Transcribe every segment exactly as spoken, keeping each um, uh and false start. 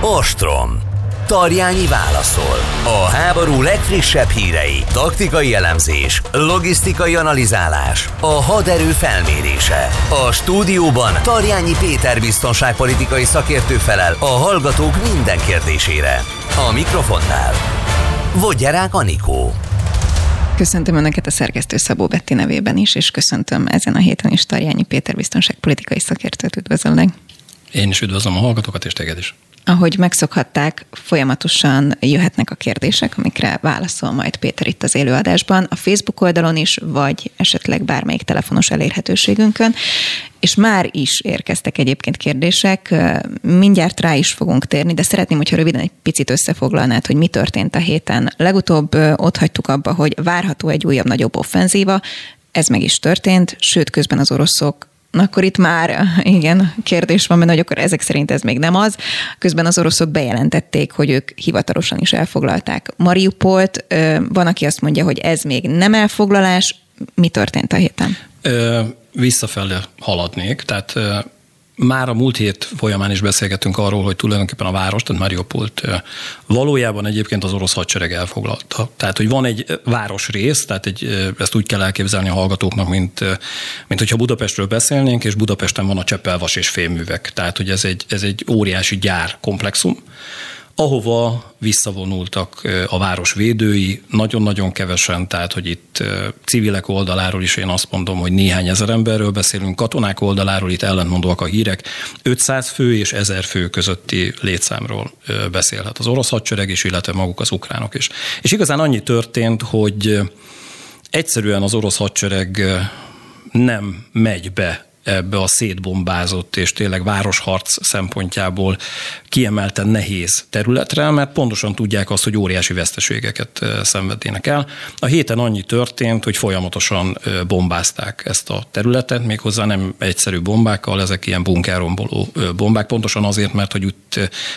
Ostrom. Tarjányi válaszol. A háború legfrissebb hírei, taktikai elemzés, logisztikai analizálás, a haderő felmérése. A stúdióban Tarjányi Péter biztonságpolitikai szakértő felel a hallgatók minden kérdésére. A mikrofonnál Vogyarák Anikó. Köszöntöm Önöket a szerkesztő Szabó Betti nevében is, és köszöntöm ezen a héten is Tarjányi Péter biztonságpolitikai szakértőt. Üdvözöllek. Én is üdvözlöm a hallgatókat, és téged is. Ahogy megszokhatták, folyamatosan jöhetnek a kérdések, amikre válaszol majd Péter itt az élőadásban, a Facebook oldalon is, vagy esetleg bármelyik telefonos elérhetőségünkön, és már is érkeztek egyébként kérdések, mindjárt rá is fogunk térni, de szeretném, hogyha röviden egy picit összefoglalnád, hogy mi történt a héten. Legutóbb ott hagytuk abba, hogy várható egy újabb, nagyobb offenzíva, ez meg is történt, sőt közben az oroszok akkor itt már, igen, kérdés van benne, hogy akkor ezek szerint ez még nem az. Közben az oroszok bejelentették, hogy ők hivatalosan is elfoglalták Mariupolt. Van, aki azt mondja, hogy ez még nem elfoglalás. Mi történt a héten? Ö, visszafelé haladnék, tehát ö, már a múlt hét folyamán is beszélgettünk arról, hogy tulajdonképpen a város, tehát Mariupolt valójában egyébként az orosz hadsereg elfoglalta. Tehát, hogy van egy városrész, tehát egy, ezt úgy kell elképzelni a hallgatóknak, mint, mint hogyha Budapestről beszélnénk, és Budapesten van a Cseppelvas és fémművek. Tehát, hogy ez egy, ez egy óriási gyárkomplexum, ahova visszavonultak a város védői, nagyon-nagyon kevesen, tehát, hogy itt civilek oldaláról is én azt mondom, hogy néhány ezer emberről beszélünk, katonák oldaláról itt ellentmondóak a hírek, ötszáz fő és ezer fő közötti létszámról beszélhet az orosz hadsereg is, illetve maguk az ukránok is. És igazán annyi történt, hogy egyszerűen az orosz hadsereg nem megy be ebbe a szétbombázott és tényleg városharc szempontjából kiemelten nehéz területre, mert pontosan tudják azt, hogy óriási veszteségeket szenvednének el. A héten annyi történt, hogy folyamatosan bombázták ezt a területet, méghozzá nem egyszerű bombákkal, ezek ilyen bunkerromboló bombák, pontosan azért, mert hogy itt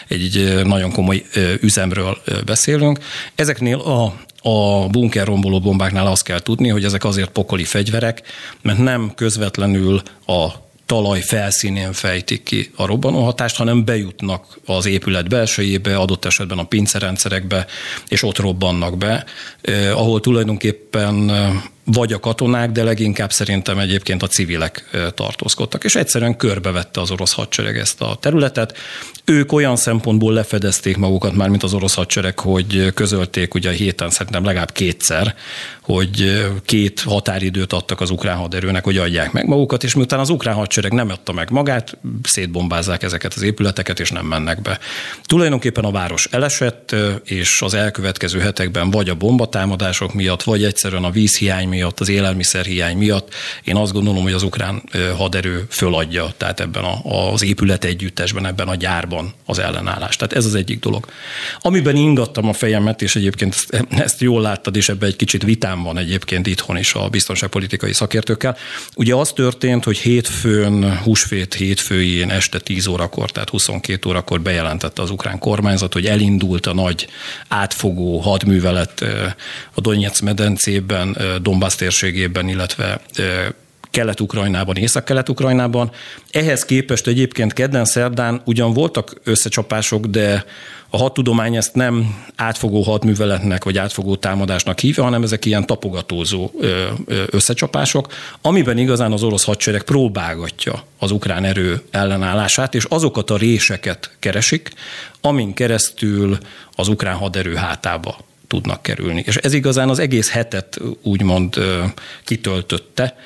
egy nagyon komoly üzemről beszélünk. Ezeknél a A bunkerromboló bombáknál azt kell tudni, hogy ezek azért pokoli fegyverek, mert nem közvetlenül a talaj felszínén fejtik ki a robbanóhatást, hanem bejutnak az épület belsejébe, adott esetben a pincerendszerekbe, és ott robbannak be, eh, ahol tulajdonképpen vagy a katonák, de leginkább szerintem egyébként a civilek tartózkodtak. És egyszerűen körbevette az orosz hadsereg ezt a területet. Ők olyan szempontból lefedezték magukat már, mint az orosz hadsereg, hogy közölték ugye a héten szerintem legalább kétszer, hogy két határidőt adtak az ukrán haderőnek, hogy adják meg magukat, és miután az ukrán hadsereg nem adta meg magát, szétbombázzák ezeket az épületeket, és nem mennek be. Tulajdonképpen a város elesett, és az elkövetkező hetekben vagy a bombatámadások miatt, vagy egyszerűen a vízhiány miatt, az élelmiszerhiány miatt én azt gondolom, hogy az ukrán haderő föladja, tehát ebben az épület együttesben, ebben a gyárban az ellenállást. Tehát ez az egyik dolog. Amiben ingattam a fejemet, és egyébként ezt, ezt jól láttad, és ebben egy kicsit vitám van egyébként itthon is a biztonságpolitikai szakértőkkel. Ugye az történt, hogy hétfőn, húsvét hétfőjén este tíz órakor, tehát huszonkét órakor bejelentette az ukrán kormányzat, hogy elindult a nagy átfogó hadművelet a Donetsz medencében, Donbass térségében, illetve Kelet-Ukrajnában, Észak-Kelet-Ukrajnában. Ehhez képest egyébként kedden, szerdán ugyan voltak összecsapások, de a hadtudomány ezt nem átfogó hadműveletnek vagy átfogó támadásnak hívja, hanem ezek ilyen tapogatózó összecsapások, amiben igazán az orosz hadsereg próbálgatja az ukrán erő ellenállását, és azokat a réseket keresik, amin keresztül az ukrán haderő hátába tudnak kerülni. És ez igazán az egész hetet úgymond kitöltötte.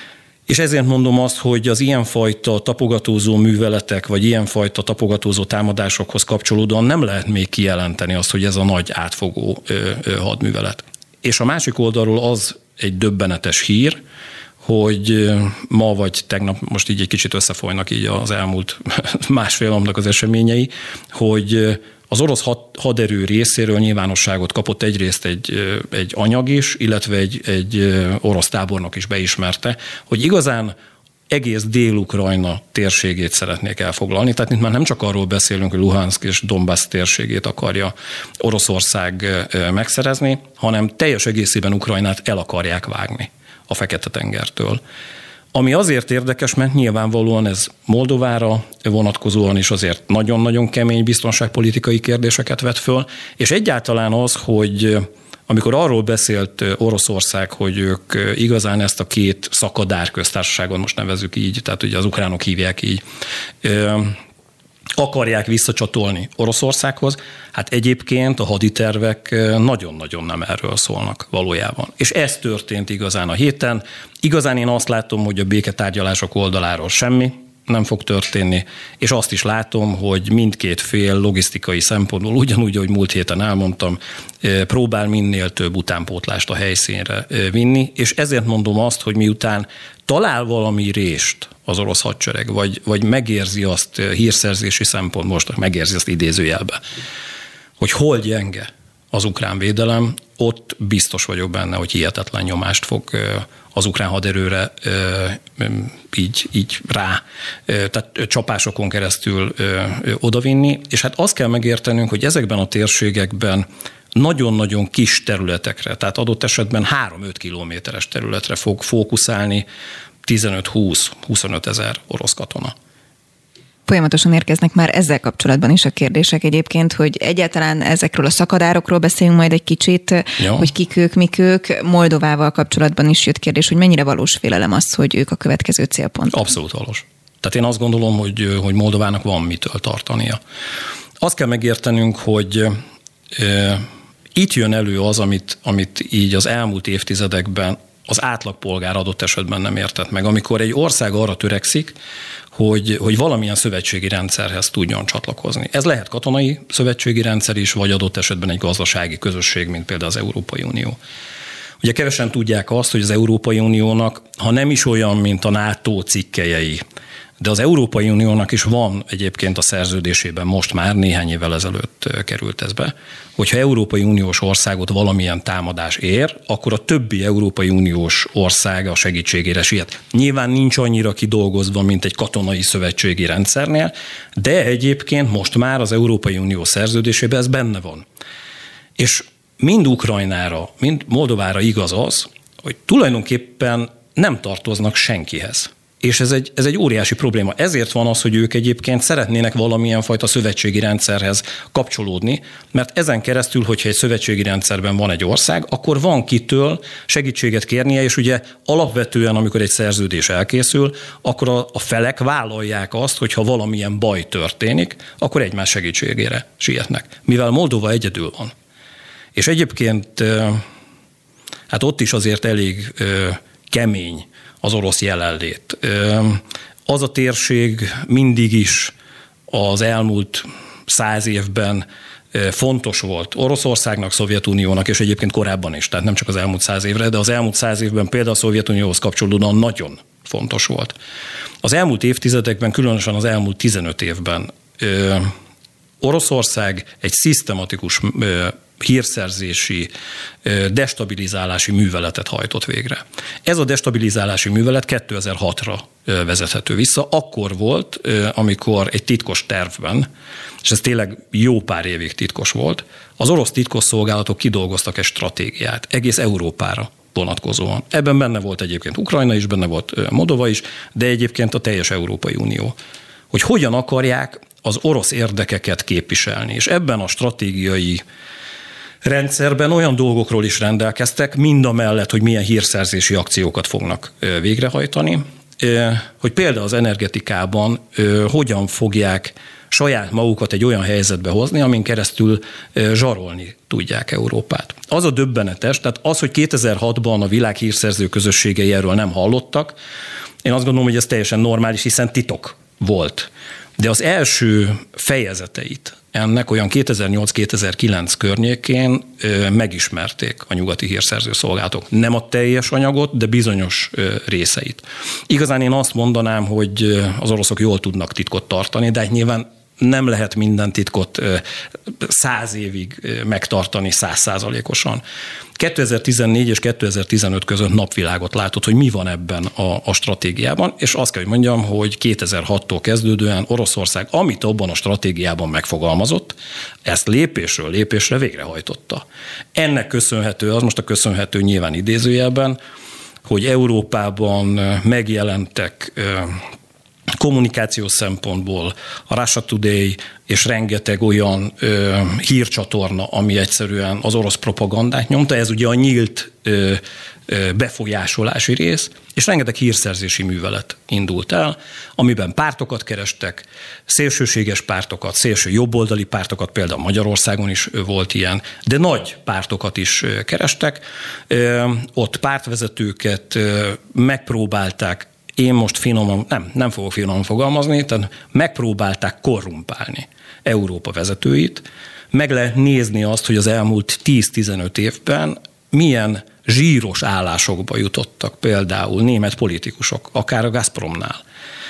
És ezért mondom azt, hogy az ilyenfajta tapogatózó műveletek, vagy ilyenfajta tapogatózó támadásokhoz kapcsolódóan nem lehet még kijelenteni azt, hogy ez a nagy átfogó hadművelet. És a másik oldalról az egy döbbenetes hír, hogy ma vagy tegnap, most így egy kicsit összefolynak így az elmúlt másfél napnak az eseményei, hogy az orosz haderő részéről nyilvánosságot kapott egyrészt egy, egy anyag is, illetve egy, egy orosz tábornok is beismerte, hogy igazán egész Dél-Ukrajna térségét szeretnék elfoglalni. Tehát itt már nem csak arról beszélünk, hogy Luhanszk és Donbass térségét akarja Oroszország megszerezni, hanem teljes egészében Ukrajnát el akarják vágni a Fekete-tengertől. Ami azért érdekes, mert nyilvánvalóan ez Moldovára vonatkozóan is azért nagyon-nagyon kemény biztonságpolitikai kérdéseket vet föl, és egyáltalán az, hogy amikor arról beszélt Oroszország, hogy ők igazán ezt a két szakadár köztársaságon, most nevezzük így, tehát ugye az ukránok hívják így, akarják visszacsatolni Oroszországhoz, hát egyébként a haditervek nagyon-nagyon nem erről szólnak valójában. És ez történt igazán a héten. Igazán én azt látom, hogy a béketárgyalások oldaláról semmi nem fog történni, és azt is látom, hogy mindkét fél logisztikai szempontból, ugyanúgy, ahogy múlt héten elmondtam, próbál minél több utánpótlást a helyszínre vinni, és ezért mondom azt, hogy miután talál valami rést az orosz hadsereg, vagy, vagy megérzi azt hírszerzési szempont, most megérzi azt idézőjelbe, hogy hol gyenge az ukrán védelem, ott biztos vagyok benne, hogy hihetetlen nyomást fog az ukrán haderőre így, így rá, tehát csapásokon keresztül odavinni, és hát azt kell megértenünk, hogy ezekben a térségekben nagyon-nagyon kis területekre, tehát adott esetben három-öt kilométeres területre fog fókuszálni tizenöt-húsz-huszonöt ezer orosz katona. Folyamatosan érkeznek már ezzel kapcsolatban is a kérdések egyébként, hogy egyáltalán ezekről a szakadárokról beszélünk majd egy kicsit, ja. hogy kik ők, mik ők. Moldovával kapcsolatban is jött kérdés, hogy mennyire valós félelem az, hogy ők a következő célpont. Abszolút valós. Tehát én azt gondolom, hogy, hogy Moldovának van mitől tartania. Azt kell megértenünk, hogy e, itt jön elő az, amit, amit így az elmúlt évtizedekben az átlagpolgár adott esetben nem értett meg. Amikor egy ország arra törekszik, hogy, hogy valamilyen szövetségi rendszerhez tudjon csatlakozni. Ez lehet katonai szövetségi rendszer is, vagy adott esetben egy gazdasági közösség, mint például az Európai Unió. Ugye kevesen tudják azt, hogy az Európai Uniónak, ha nem is olyan, mint a NATO cikkelyei, de az Európai Uniónak is van egyébként a szerződésében most már néhány évvel ezelőtt került ez be, hogyha Európai Uniós országot valamilyen támadás ér, akkor a többi Európai Uniós ország a segítségére siet. Nyilván nincs annyira kidolgozva, mint egy katonai szövetségi rendszernél, de egyébként most már az Európai Unió szerződésében ez benne van. És mind Ukrajnára, mind Moldovára igaz az, hogy tulajdonképpen nem tartoznak senkihez. És ez egy, ez egy óriási probléma. Ezért van az, hogy ők egyébként szeretnének valamilyen fajta szövetségi rendszerhez kapcsolódni, mert ezen keresztül, hogyha egy szövetségi rendszerben van egy ország, akkor van kitől segítséget kérnie, és ugye alapvetően, amikor egy szerződés elkészül, akkor a, a felek vállalják azt, hogyha valamilyen baj történik, akkor egymás segítségére sietnek. Mivel Moldova egyedül van. És egyébként hát ott is azért elég kemény az orosz jelenlét. Az a térség mindig is az elmúlt száz évben fontos volt Oroszországnak, Szovjetuniónak, és egyébként korábban is, tehát nem csak az elmúlt száz évre, de az elmúlt száz évben például a Szovjetunióhoz kapcsolódóan nagyon fontos volt. Az elmúlt évtizedekben, különösen az elmúlt tizenöt évben Oroszország egy szisztematikus hírszerzési, destabilizálási műveletet hajtott végre. Ez a destabilizálási művelet kétezer-hatra vezethető vissza. Akkor volt, amikor egy titkos tervben, és ez tényleg jó pár évig titkos volt, az orosz titkosszolgálatok kidolgoztak egy stratégiát egész Európára vonatkozóan. Ebben benne volt egyébként Ukrajna is, benne volt Moldova is, de egyébként a teljes Európai Unió. Hogy hogyan akarják az orosz érdekeket képviselni. És ebben a stratégiai rendszerben olyan dolgokról is rendelkeztek, mind a mellett, hogy milyen hírszerzési akciókat fognak végrehajtani, hogy például az energetikában hogyan fogják saját magukat egy olyan helyzetbe hozni, amin keresztül zsarolni tudják Európát. Az a döbbenetes, tehát az, hogy kétezer-hatban a világ hírszerző közösségei erről nem hallottak, én azt gondolom, hogy ez teljesen normális, hiszen titok volt. De az első fejezeteit ennek olyan kétezer-nyolc-kétezer-kilenc környékén megismerték a nyugati hírszerző szolgálatok. Nem a teljes anyagot, de bizonyos részeit. Igazán én azt mondanám, hogy az oroszok jól tudnak titkot tartani, de hát nyilván nem lehet minden titkot száz évig megtartani száz százalékosan. kétezer-tizennégy és kétezer-tizenöt között napvilágot látott, hogy mi van ebben a, a stratégiában, és azt kell, hogy mondjam, hogy kétezer-hattól kezdődően Oroszország, amit abban a stratégiában megfogalmazott, ezt lépésről lépésre végrehajtotta. Ennek köszönhető, az most a köszönhető nyilván idézőjelben, hogy Európában megjelentek kommunikációs szempontból a Russia Today és rengeteg olyan ö, hírcsatorna, ami egyszerűen az orosz propagandát nyomta, ez ugye a nyílt ö, ö, befolyásolási rész, és rengeteg hírszerzési művelet indult el, amiben pártokat kerestek, szélsőséges pártokat, szélső jobboldali pártokat, például Magyarországon is volt ilyen, de nagy pártokat is kerestek. Ö, ott pártvezetőket ö, megpróbálták, én most finoman, nem, nem fogok finoman fogalmazni, tehát megpróbálták korrumpálni Európa vezetőit, meg lehet nézni azt, hogy az elmúlt tíz-tizenöt évben milyen zsíros állásokba jutottak például német politikusok, akár a Gazpromnál.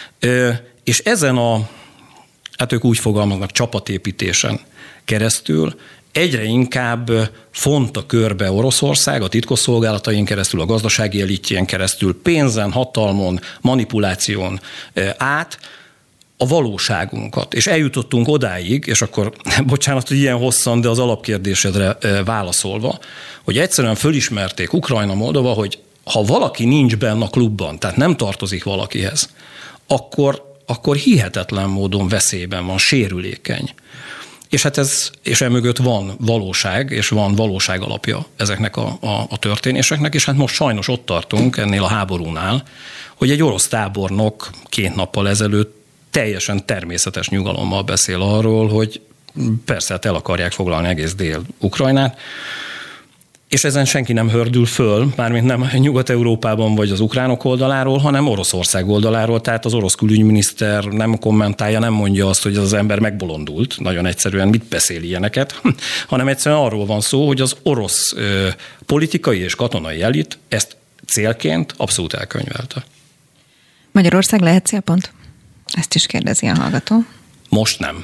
És ezen a, hát ők úgy fogalmaznak, csapatépítésen keresztül egyre inkább fonta körbe Oroszország, a titkosszolgálatain keresztül, a gazdasági elitjén keresztül, pénzen, hatalmon, manipuláción át a valóságunkat. És eljutottunk odáig, és akkor, bocsánat, hogy ilyen hosszan, de az alapkérdésedre válaszolva, hogy egyszerűen fölismerték Ukrajna, Moldova, hogy ha valaki nincs benne a klubban, tehát nem tartozik valakihez, akkor, akkor hihetetlen módon veszélyben van, sérülékeny. És hát ez, és emögött van valóság, és van valóság alapja ezeknek a, a, a történéseknek, és hát most sajnos ott tartunk ennél a háborúnál, hogy egy orosz tábornok két nappal ezelőtt teljesen természetes nyugalommal beszél arról, hogy persze hát el akarják foglalni egész Dél-Ukrajnát, és ezen senki nem hördül föl, mármint nem Nyugat-Európában vagy az ukránok oldaláról, hanem Oroszország oldaláról, tehát az orosz külügyminiszter nem kommentálja, nem mondja azt, hogy az ember megbolondult, nagyon egyszerűen mit beszél ilyeneket, hanem egyszerűen arról van szó, hogy az orosz ö, politikai és katonai elit ezt célként abszolút elkönyvelte. Magyarország lehet célpont? Ezt is kérdezi a hallgató. Most nem.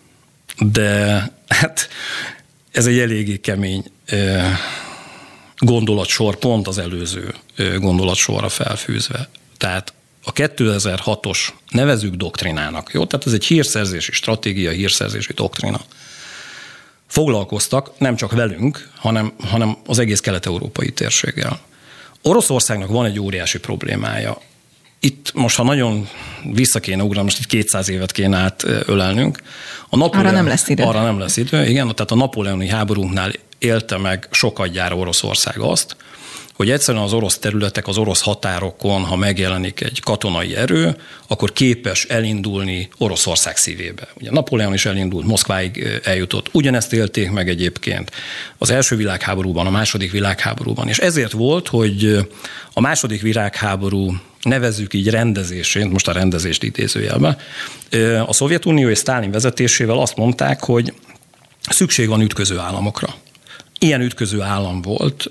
De hát ez egy eléggé kemény ö, gondolatsor, pont az előző gondolatsorra felfűzve. Tehát a kétezer-hatos nevezzük doktrinának, jó? Tehát ez egy hírszerzési stratégia, hírszerzési doktrina. Foglalkoztak nem csak velünk, hanem, hanem az egész kelet-európai térséggel. Oroszországnak van egy óriási problémája. Itt most, ha nagyon vissza kéne ugrani, most itt kétszáz évet kéne átölelnünk. A Napóleon, arra nem lesz idő. Arra nem lesz idő, igen. Tehát a napóleoni háborúnknál élte meg sokadjára Oroszország azt, hogy egyszerűen az orosz területek, az orosz határokon, ha megjelenik egy katonai erő, akkor képes elindulni Oroszország szívébe. Ugye Napóleon is elindult, Moszkváig eljutott. Ugyanezt élték meg egyébként az első világháborúban, a második világháborúban. És ezért volt, hogy a második világháború, nevezzük így rendezésén, most a rendezést idézőjelben, a Szovjetunió és Sztálin vezetésével azt mondták, hogy szükség van ütköző államokra. Ilyen ütköző állam volt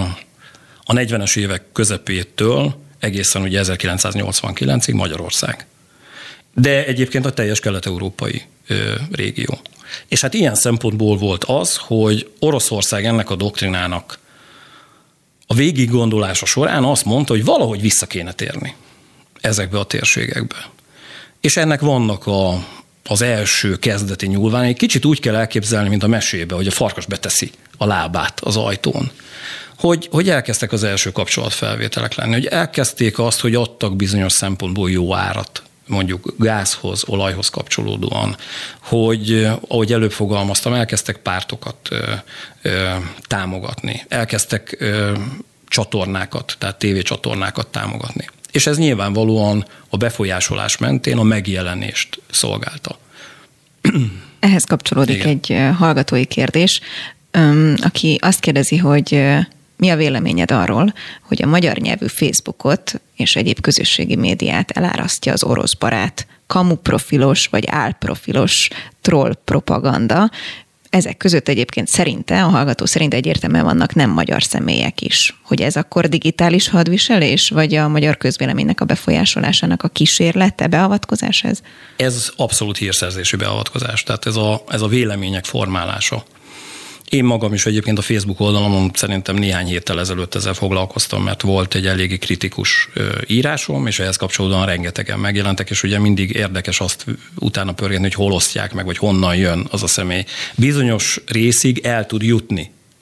a negyvenes évek közepétől egészen ugye ezerkilencszáznyolcvankilencig Magyarország. De egyébként a teljes kelet-európai régió. És hát ilyen szempontból volt az, hogy Oroszország ennek a doktrinának a végiggondolása során azt mondta, hogy valahogy vissza kéne térni ezekbe a térségekbe. És ennek vannak a, az első kezdeti nyúlvány. Egy kicsit úgy kell elképzelni, mint a mesébe, hogy a farkas beteszi a lábát az ajtón. Hogy, hogy elkezdtek az első kapcsolatfelvételek lenni, hogy elkezdték azt, hogy adtak bizonyos szempontból jó árat, mondjuk gázhoz, olajhoz kapcsolódóan, hogy, ahogy előbb fogalmaztam, elkezdtek pártokat ö, ö, támogatni, elkezdtek ö, csatornákat, tehát tévécsatornákat támogatni. És ez nyilvánvalóan a befolyásolás mentén a megjelenést szolgálta. Ehhez kapcsolódik Igen. egy hallgatói kérdés, aki azt kérdezi, hogy mi a véleményed arról, hogy a magyar nyelvű Facebookot és egyéb közösségi médiát elárasztja az orosz barát, kamuprofilos vagy álprofilos troll propaganda. Ezek között egyébként szerinte, a hallgató szerint egyértelműen vannak nem magyar személyek is. Hogy ez akkor digitális hadviselés, vagy a magyar közvéleménynek a befolyásolásának a kísérlete, beavatkozás ez? Ez abszolút hírszerzési beavatkozás, tehát ez a, ez a vélemények formálása. Én magam is egyébként a Facebook oldalamon szerintem néhány héttel ezelőtt ezzel foglalkoztam, mert volt egy eléggé kritikus írásom, és ehhez kapcsolódóan rengetegen megjelentek, és ugye mindig érdekes azt utána pörgetni, hogy hol osztják meg, vagy honnan jön az a személy. Bizonyos részig el tud jutni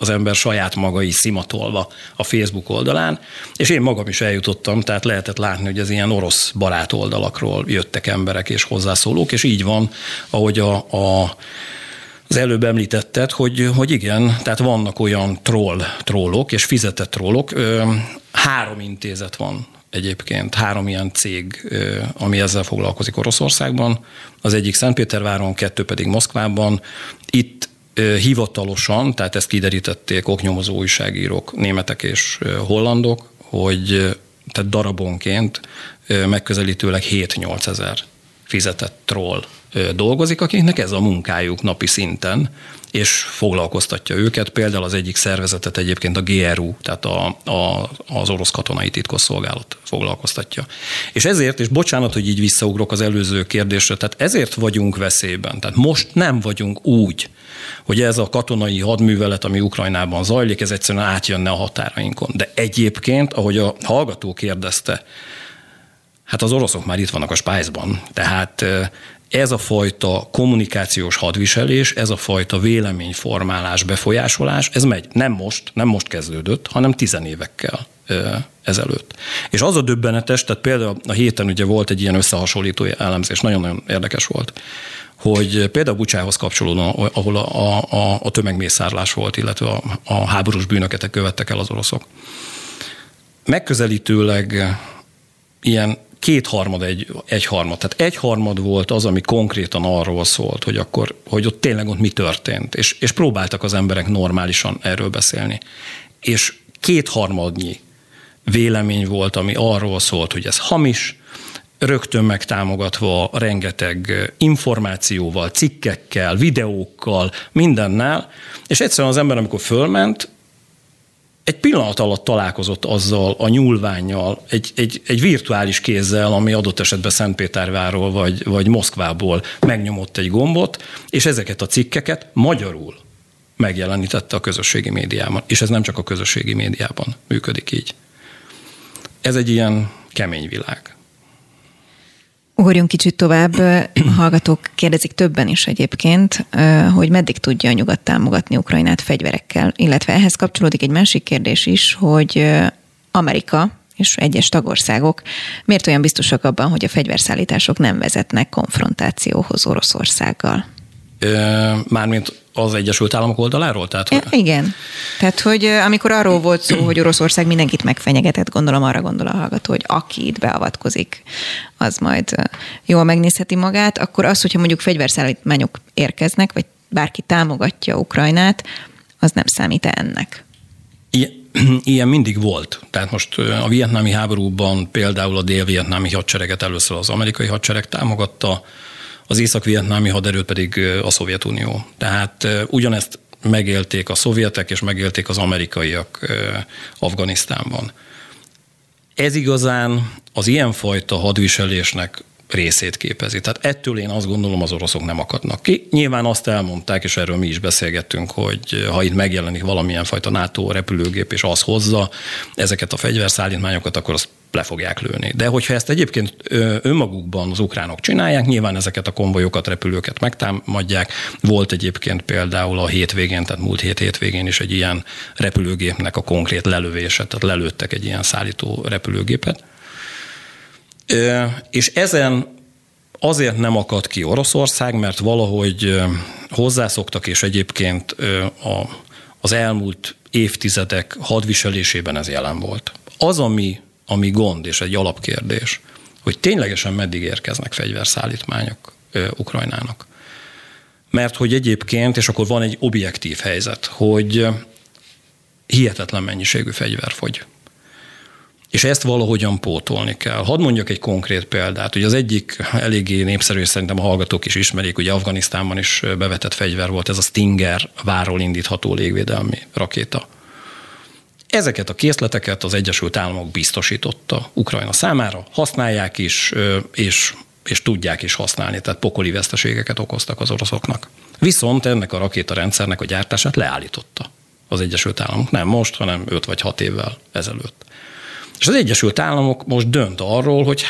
az ember saját maga is szimatolva a Facebook oldalán, és én magam is eljutottam, tehát lehetett látni, hogy az ilyen orosz barát oldalakról jöttek emberek és hozzászólók, és így van, ahogy a, a az előbb említetted, hogy, hogy igen, tehát vannak olyan troll, trollok és fizetett trollok. Három intézet van egyébként, három ilyen cég, ami ezzel foglalkozik Oroszországban. Az egyik Szentpéterváron, kettő pedig Moszkvában. Itt hivatalosan, tehát ezt kiderítették oknyomozó újságírók, németek és hollandok, hogy tehát darabonként megközelítőleg hét-nyolc ezer fizetett troll dolgozik, akiknek ez a munkájuk napi szinten, és foglalkoztatja őket. Például az egyik szervezetet egyébként a gé er u, tehát a, a, az orosz katonai titkosszolgálat foglalkoztatja. És ezért, és bocsánat, hogy így visszaugrok az előző kérdésre, tehát ezért vagyunk veszélyben. Tehát most nem vagyunk úgy, hogy ez a katonai hadművelet, ami Ukrajnában zajlik, ez egyszerűen átjönne a határainkon. De egyébként, ahogy a hallgató kérdezte, hát az oroszok már itt vannak a spájzban, tehát ez a fajta kommunikációs hadviselés, ez a fajta véleményformálás, befolyásolás, ez megy. Nem most, nem most kezdődött, hanem tizenévekkel ezelőtt. És az a döbbenetes, tehát például a héten ugye volt egy ilyen összehasonlító elemzés, nagyon-nagyon érdekes volt, hogy például Bucsához kapcsolódóan, ahol a, a, a tömegmészárlás volt, illetve a, a háborús bűnöket követtek el az oroszok. Megközelítőleg ilyen kétharmad, egy, egyharmad. Tehát egyharmad volt az, ami konkrétan arról szólt, hogy akkor, hogy ott tényleg ott mi történt. És, és próbáltak az emberek normálisan erről beszélni. És kétharmadnyi vélemény volt, ami arról szólt, hogy ez hamis, rögtön megtámogatva rengeteg információval, cikkekkel, videókkal, mindennel. És egyszerűen az ember, amikor fölment, egy pillanat alatt találkozott azzal a nyúlvánnyal, egy, egy, egy virtuális kézzel, ami adott esetben Szentpétervárról vagy, vagy Moszkvából megnyomott egy gombot, és ezeket a cikkeket magyarul megjelenítette a közösségi médiában. És ez nem csak a közösségi médiában működik így. Ez egy ilyen kemény világ. Ugorjunk kicsit tovább. A hallgatók kérdezik többen is egyébként, hogy meddig tudja a nyugat támogatni Ukrajnát fegyverekkel, illetve ehhez kapcsolódik egy másik kérdés is, hogy Amerika és egyes tagországok miért olyan biztosak abban, hogy a fegyverszállítások nem vezetnek konfrontációhoz Oroszországgal? Mármint az Egyesült Államok oldaláról? Tehát, hogy... Igen. Tehát, hogy amikor arról volt szó, hogy Oroszország mindenkit megfenyegetett, gondolom arra gondol a hallgató, hogy aki itt beavatkozik, az majd jól megnézheti magát, akkor az, hogyha mondjuk fegyverszállítmányok érkeznek, vagy bárki támogatja Ukrajnát, az nem számít ennek. Ilyen, ilyen mindig volt. Tehát most a vietnámi háborúban például a dél-vietnámi hadsereget először az amerikai hadsereg támogatta, az észak-vietnámi haderőt pedig a Szovjetunió. Tehát ugyanezt megélték a szovjetek, és megélték az amerikaiak Afganisztánban. Ez igazán az ilyenfajta hadviselésnek részét képezi. Tehát ettől én azt gondolom, az oroszok nem akadnak ki. Nyilván azt elmondták, és erről mi is beszélgettünk, hogy ha itt megjelenik valamilyen fajta NATO repülőgép, és az hozza ezeket a fegyverszállítmányokat, akkor azt le fogják lőni. De hogyha ezt egyébként önmagukban az ukránok csinálják, nyilván ezeket a konvojokat, repülőket megtámadják. Volt egyébként például a hétvégén, tehát múlt hét hétvégén is egy ilyen repülőgépnek a konkrét lelövése, tehát lelőttek egy ilyen szállító repülőgépet. És ezen azért nem akad ki Oroszország, mert valahogy hozzászoktak, és egyébként az elmúlt évtizedek hadviselésében ez jelen volt. Az, ami, ami gond, és egy alapkérdés, hogy ténylegesen meddig érkeznek fegyverszállítmányok Ukrajnának. Mert hogy egyébként, és akkor van egy objektív helyzet, hogy hihetetlen mennyiségű fegyver fogy. És ezt valahogyan pótolni kell. Hadd mondjak egy konkrét példát. Ugye az egyik eléggé népszerű, és szerintem a hallgatók is ismerik, ugye Afganisztánban is bevetett fegyver volt, ez a Stinger várról indítható légvédelmi rakéta. Ezeket a készleteket az Egyesült Államok biztosította Ukrajna számára, használják is, és, és tudják is használni, tehát pokoli veszteségeket okoztak az oroszoknak. Viszont ennek a rakétarendszernek a gyártását leállította az Egyesült Államok. Nem most, hanem öt vagy hat évvel ezelőtt. És az Egyesült Államok most dönt arról, hogy hát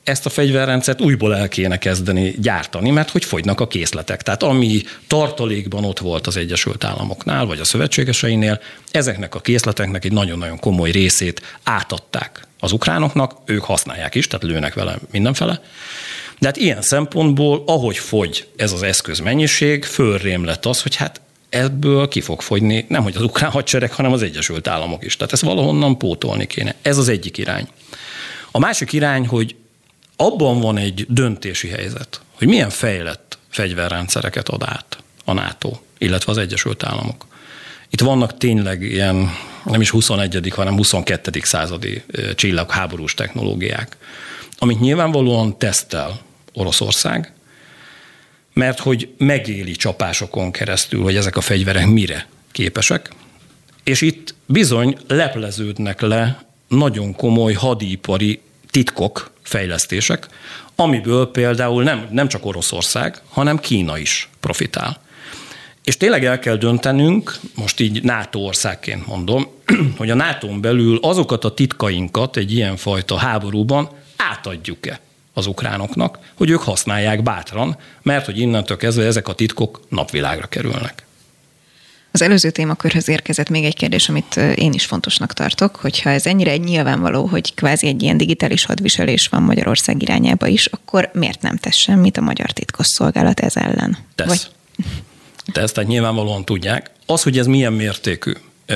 ezt a fegyverrendszert újból el kéne kezdeni gyártani, mert hogy fogynak a készletek. Tehát ami tartalékban ott volt az Egyesült Államoknál, vagy a szövetségeseinél, ezeknek a készleteknek egy nagyon-nagyon komoly részét átadták az ukránoknak, ők használják is, tehát lőnek vele mindenfele. De hát ilyen szempontból, ahogy fogy ez az eszközmennyiség, fölrém lett az, hogy hát ebből ki fog fogyni nem hogy az ukrán hadsereg, hanem az Egyesült Államok is. Tehát ezt valahonnan pótolni kéne. Ez az egyik irány. A másik irány, hogy abban van egy döntési helyzet, hogy milyen fejlett fegyverrendszereket ad át a NATO, illetve az Egyesült Államok. Itt vannak tényleg ilyen nem is huszonegyedik, hanem huszonkettedik századi csillagháborús technológiák, amit nyilvánvalóan tesztel Oroszország, mert hogy megéli csapásokon keresztül, hogy ezek a fegyverek mire képesek, és itt bizony lepleződnek le nagyon komoly hadipari titkok, fejlesztések, amiből például nem, nem csak Oroszország, hanem Kína is profitál. És tényleg el kell döntenünk, most így NATO országként mondom, hogy a nátón belül azokat a titkainkat egy ilyenfajta háborúban átadjuk-e az ukránoknak, hogy ők használják bátran, mert hogy innentől kezdve ezek a titkok napvilágra kerülnek. Az előző témakörhöz érkezett még egy kérdés, amit én is fontosnak tartok, hogyha ez ennyire egy nyilvánvaló, hogy kvázi egy ilyen digitális hadviselés van Magyarország irányába is, akkor miért nem tesz semmit a magyar titkosszolgálat ez ellen? Tesz. Vagy... Tesz, tehát nyilvánvalóan tudják. Az, hogy ez milyen mértékű,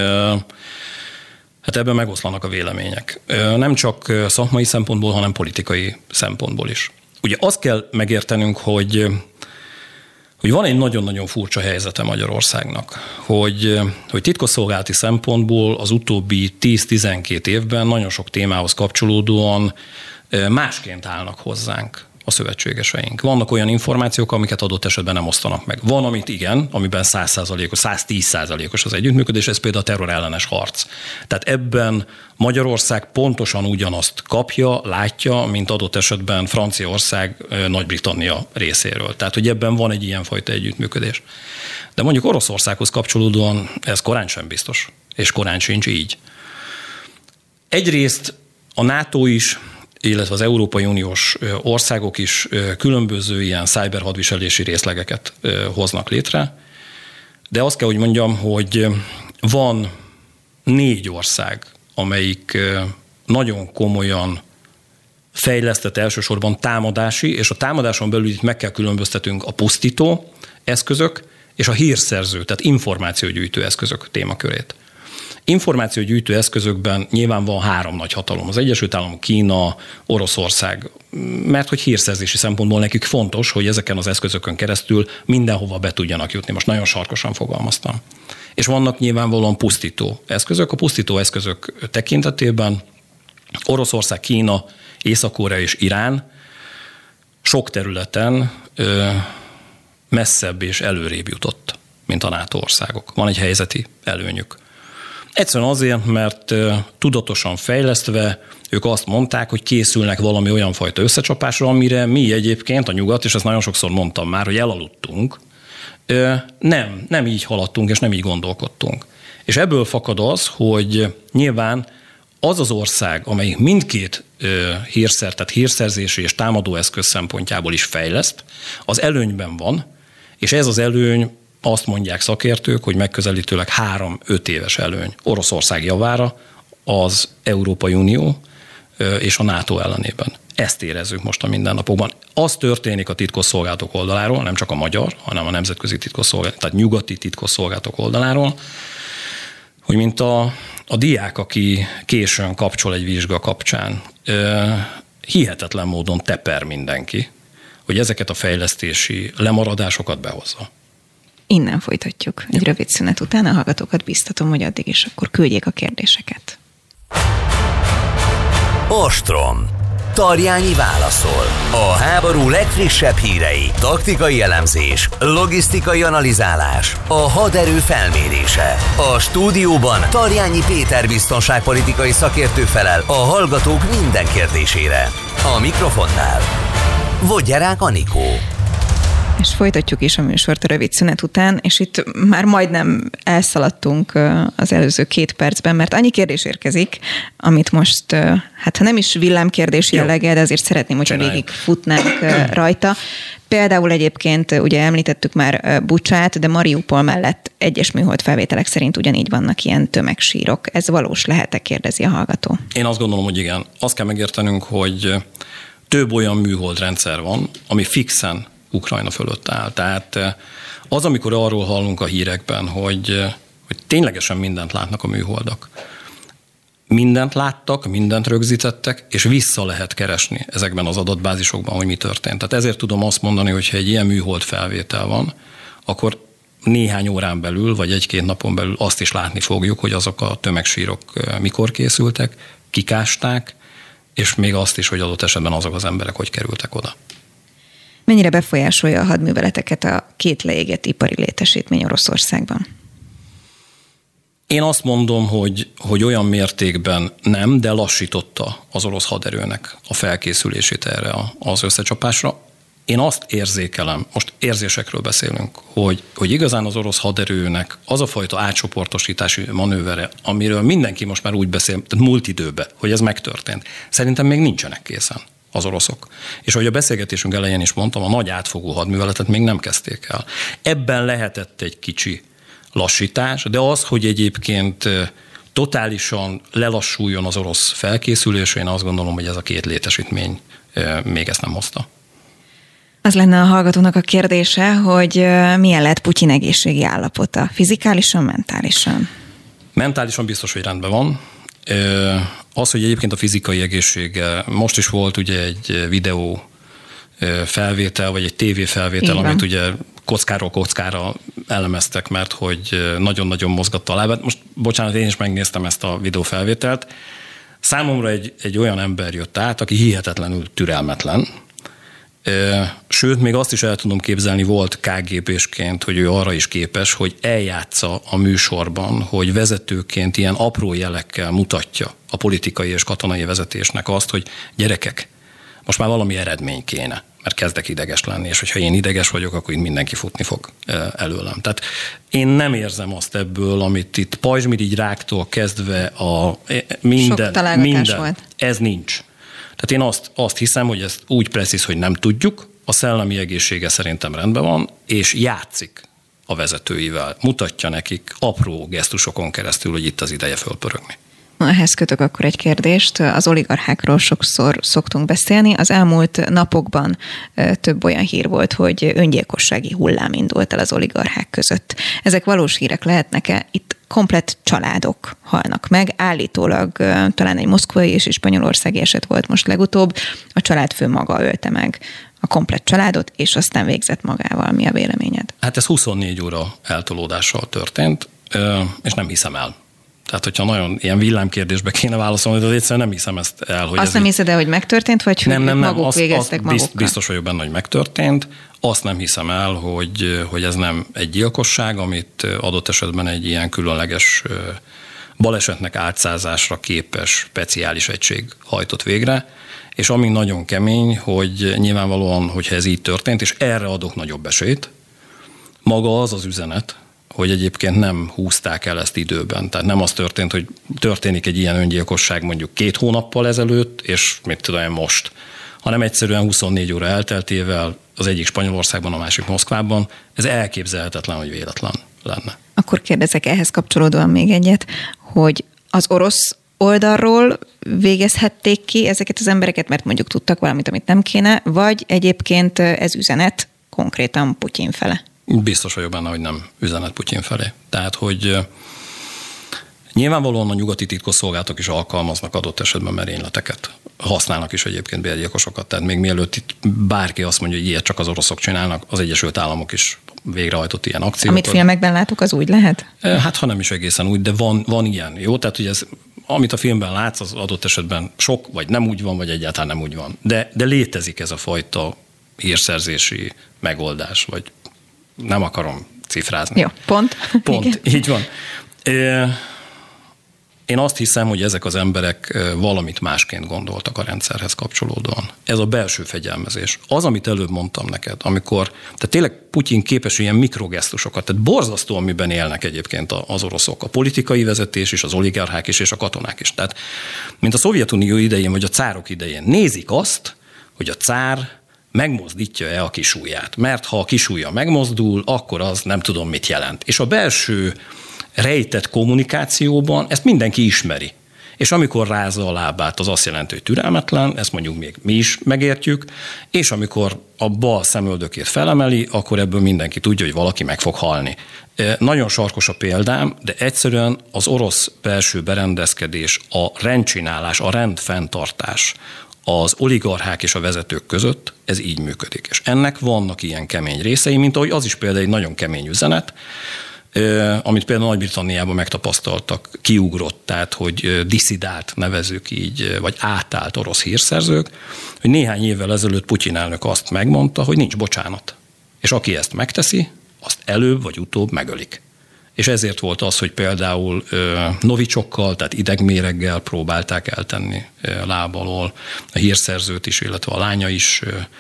hát ebben megoszlanak a vélemények. Nem csak szakmai szempontból, hanem politikai szempontból is. Ugye azt kell megértenünk, hogy hogy van egy nagyon-nagyon furcsa helyzete Magyarországnak, hogy, hogy titkosszolgálati szempontból az utóbbi tíz-tizenkét évben nagyon sok témához kapcsolódóan másként állnak hozzánk a szövetségeseink. Vannak olyan információk, amiket adott esetben nem osztanak meg. Van, amit igen, amiben száz százalékos, száztíz százalékos az együttműködés, ez például a terrorellenes harc. Tehát ebben Magyarország pontosan ugyanazt kapja, látja, mint adott esetben Franciaország, Nagy-Britannia részéről. Tehát, hogy ebben van egy ilyenfajta együttműködés. De mondjuk Oroszországhoz kapcsolódóan ez korán sem biztos, és korán sincs így. Egyrészt a NATO is, illetve az Európai Uniós országok is különböző ilyen szájberhadviselési részlegeket hoznak létre, de azt kell, hogy mondjam, hogy van négy ország, amelyik nagyon komolyan fejlesztett elsősorban támadási, és a támadáson belül itt meg kell különböztetünk a pusztító eszközök és a hírszerző, tehát információgyűjtő eszközök témakörét. Információgyűjtő eszközökben nyilván van három nagy hatalom, az Egyesült Államok, Kína, Oroszország, mert hogy hírszerzési szempontból nekik fontos, hogy ezeken az eszközökön keresztül mindenhova be tudjanak jutni. Most nagyon sarkosan fogalmaztam. És vannak nyilvánvalóan pusztító eszközök. A pusztító eszközök tekintetében Oroszország, Kína, Észak-Korea és Irán sok területen ö, messzebb és előrébb jutott, mint a NATO országok. Van egy helyzeti előnyük. Egyszerűen azért, mert tudatosan fejlesztve ők azt mondták, hogy készülnek valami olyan fajta összecsapásra, amire mi egyébként a nyugat, és ezt nagyon sokszor mondtam már, hogy elaludtunk, nem, nem így haladtunk, és nem így gondolkodtunk. És ebből fakad az, hogy nyilván az az ország, amelyik mindkét hírszer, tehát hírszerzési és támadóeszköz szempontjából is fejleszt, az előnyben van, és ez az előny, azt mondják szakértők, hogy megközelítőleg három-öt éves előny Oroszország javára az Európai Unió és a NATO ellenében. Ezt érezzük most a mindennapokban. Az történik a titkosszolgálatok oldaláról, nem csak a magyar, hanem a nemzetközi titkosszolgálatok, tehát nyugati titkosszolgálatok oldaláról, hogy mint a, a diák, aki későn kapcsol egy vizsga kapcsán, hihetetlen módon teper mindenki, hogy ezeket a fejlesztési lemaradásokat behozza. Innen folytatjuk. Egy rövid szünet után a hallgatókat biztatom, hogy addig is akkor küldjék a kérdéseket. Ostrom. Tarjányi válaszol. A háború legfrissebb hírei, taktikai elemzés, logisztikai analizálás, a haderő felmérése. A stúdióban Tarjányi Péter biztonságpolitikai szakértő felel a hallgatók minden kérdésére. A mikrofonnál Vogyarák Anikó. És folytatjuk is a műsort a rövid szünet után, és itt már majdnem elszaladtunk az előző két percben, mert annyi kérdés érkezik, amit most, hát ha nem is villámkérdés jellege, de azért szeretném, hogyha végig futnánk rajta. Például egyébként ugye említettük már Bucsát, de Mariupol mellett egyes műhold felvételek szerint ugyanígy vannak ilyen tömegsírok. Ez valós lehet-e, kérdezi a hallgató? Én azt gondolom, hogy igen. Azt kell megértenünk, hogy több olyan műholdrendszer van, ami fixen Ukrajna fölött áll. Tehát az, amikor arról hallunk a hírekben, hogy, hogy ténylegesen mindent látnak a műholdak. Mindent láttak, mindent rögzítettek, és vissza lehet keresni ezekben az adatbázisokban, hogy mi történt. Tehát ezért tudom azt mondani, hogy ha egy ilyen műhold felvétel van, akkor néhány órán belül, vagy egy-két napon belül azt is látni fogjuk, hogy azok a tömegsírok mikor készültek, kikásták, és még azt is, hogy adott esetben azok az emberek hogy kerültek oda. Mennyire befolyásolja a hadműveleteket a két leégett ipari létesítmény Oroszországban? Én azt mondom, hogy, hogy olyan mértékben nem, de lassította az orosz haderőnek a felkészülését erre az összecsapásra. Én azt érzékelem, most érzésekről beszélünk, hogy, hogy igazán az orosz haderőnek az a fajta átcsoportosítási manővere, amiről mindenki most már úgy beszél, tehát múlt időben, hogy ez megtörtént. Szerintem még nincsenek készen az oroszok. És ahogy a beszélgetésünk elején is mondtam, a nagy átfogó hadműveletet még nem kezdték el. Ebben lehetett egy kicsi lassítás, de az, hogy egyébként totálisan lelassuljon az orosz felkészülés, én azt gondolom, hogy ez a két létesítmény még ezt nem hozta. Az lenne a hallgatónak a kérdése, hogy milyen lett Putyin egészségi állapota, fizikálisan, mentálisan? Mentálisan biztos, hogy rendben van. Az, hogy egyébként a fizikai egészsége, most is volt ugye egy videó felvétel, vagy egy tévé felvétel, amit ugye kockáról kockára elemeztek, mert hogy nagyon-nagyon mozgatta a lábát. Most, bocsánat, én is megnéztem ezt a videófelvételt. Számomra egy, egy olyan ember jött át, aki hihetetlenül türelmetlen. Sőt, még azt is el tudom képzelni, volt ká gé pésként, hogy ő arra is képes, hogy eljátsza a műsorban, hogy vezetőként ilyen apró jelekkel mutatja a politikai és katonai vezetésnek azt, hogy gyerekek, most már valami eredmény kéne, mert kezdek ideges lenni, és hogyha én ideges vagyok, akkor itt mindenki futni fog előlem. Tehát én nem érzem azt ebből, amit itt pajzsmirigy ráktól kezdve a minden, minden volt. Ez nincs. Tehát én azt, azt hiszem, hogy ez úgy precíz, hogy nem tudjuk, a szellemi egészsége szerintem rendben van, és játszik a vezetőivel, mutatja nekik apró gesztusokon keresztül, hogy itt az ideje fölpörögni. Ehhez kötök akkor egy kérdést. Az oligarchákról sokszor szoktunk beszélni. Az elmúlt napokban több olyan hír volt, hogy öngyilkossági hullám indult el az oligarchák között. Ezek valós hírek lehetnek-e? Itt komplett családok halnak meg. Állítólag talán egy moszkvai és egy spanyolországi eset volt most legutóbb. A családfő maga ölte meg a komplett családot, és aztán végzett magával. Mi a véleményed? Hát ez huszonnégy óra eltolódással történt, és nem hiszem el. Tehát, hogyha nagyon ilyen villámkérdésbe kéne válaszolni, de egyszerűen nem hiszem ezt el. Hogy azt nem hiszed el, hogy megtörtént, vagy nem, hogy nem, maguk nem, azt, végeztek azt magukkal? Biztos vagyok benne, hogy megtörtént. Azt nem hiszem el, hogy, hogy ez nem egy gyilkosság, amit adott esetben egy ilyen különleges balesetnek átszázásra képes speciális egység hajtott végre. És ami nagyon kemény, hogy nyilvánvalóan, hogyha ez így történt, és erre adok nagyobb esélyt, maga az az üzenet, hogy egyébként nem húzták el ezt időben. Tehát nem az történt, hogy történik egy ilyen öngyilkosság mondjuk két hónappal ezelőtt, és mit tudom én most, hanem egyszerűen huszonnégy óra elteltével az egyik Spanyolországban, a másik Moszkvában. Ez elképzelhetetlen, hogy véletlen lenne. Akkor kérdezek ehhez kapcsolódóan még egyet, hogy az orosz oldalról végezhették ki ezeket az embereket, mert mondjuk tudtak valamit, amit nem kéne, vagy egyébként ez üzenet konkrétan Putyin fele? Biztos vagyok benne, hogy nem üzenet Putyin felé. Tehát, hogy nyilvánvalóan a nyugati titkosszolgálatok is alkalmaznak adott esetben merényleteket. Használnak is egyébként bérgyilkosokat. Tehát még mielőtt itt bárki azt mondja, hogy ilyet csak az oroszok csinálnak, az Egyesült Államok is végrehajtott ilyen akciókat. Amit filmekben látok, az úgy lehet? Hát, ha nem is egészen úgy, de van, van ilyen. Jó, tehát, hogy ez, amit a filmben látsz, az adott esetben sok, vagy nem úgy van, vagy egyáltalán nem úgy van. De, de létezik ez a fajta hírszerzési megoldás, vagy nem akarom cifrázni. Jó, pont. Pont, igen. így van. Én azt hiszem, hogy ezek az emberek valamit másként gondoltak a rendszerhez kapcsolódóan. Ez a belső fegyelmezés. Az, amit előbb mondtam neked, amikor, tehát tényleg Putyin képes ilyen mikrogesztusokat, tehát borzasztó, amiben élnek egyébként az oroszok, a politikai vezetés is, az oligarchák is, és a katonák is. Tehát, mint a Szovjetunió idején, vagy a cárok idején, nézik azt, hogy a cár megmozdítja-e a kisujját. Mert ha a kisujja megmozdul, akkor az nem tudom, mit jelent. És a belső rejtett kommunikációban ezt mindenki ismeri. És amikor rázza a lábát, az azt jelenti, hogy türelmetlen, ezt mondjuk még mi is megértjük, és amikor a bal szemöldökét felemeli, akkor ebből mindenki tudja, hogy valaki meg fog halni. Nagyon sarkos a példám, de egyszerűen az orosz belső berendezkedés, a rendcsinálás, a rendfenntartás az oligarchák és a vezetők között, ez így működik. És ennek vannak ilyen kemény részei, mint ahogy az is például egy nagyon kemény üzenet, amit például Nagy-Britanniában megtapasztaltak, kiugrott, tehát hogy disszidált, nevezzük így, vagy átállt orosz hírszerzők, hogy néhány évvel ezelőtt Putyin elnök azt megmondta, hogy nincs bocsánat. És aki ezt megteszi, azt előbb vagy utóbb megölik. És ezért volt az, hogy például novicsokkal, tehát idegméreggel próbálták eltenni láb alól. A hírszerzőt is, illetve a lánya is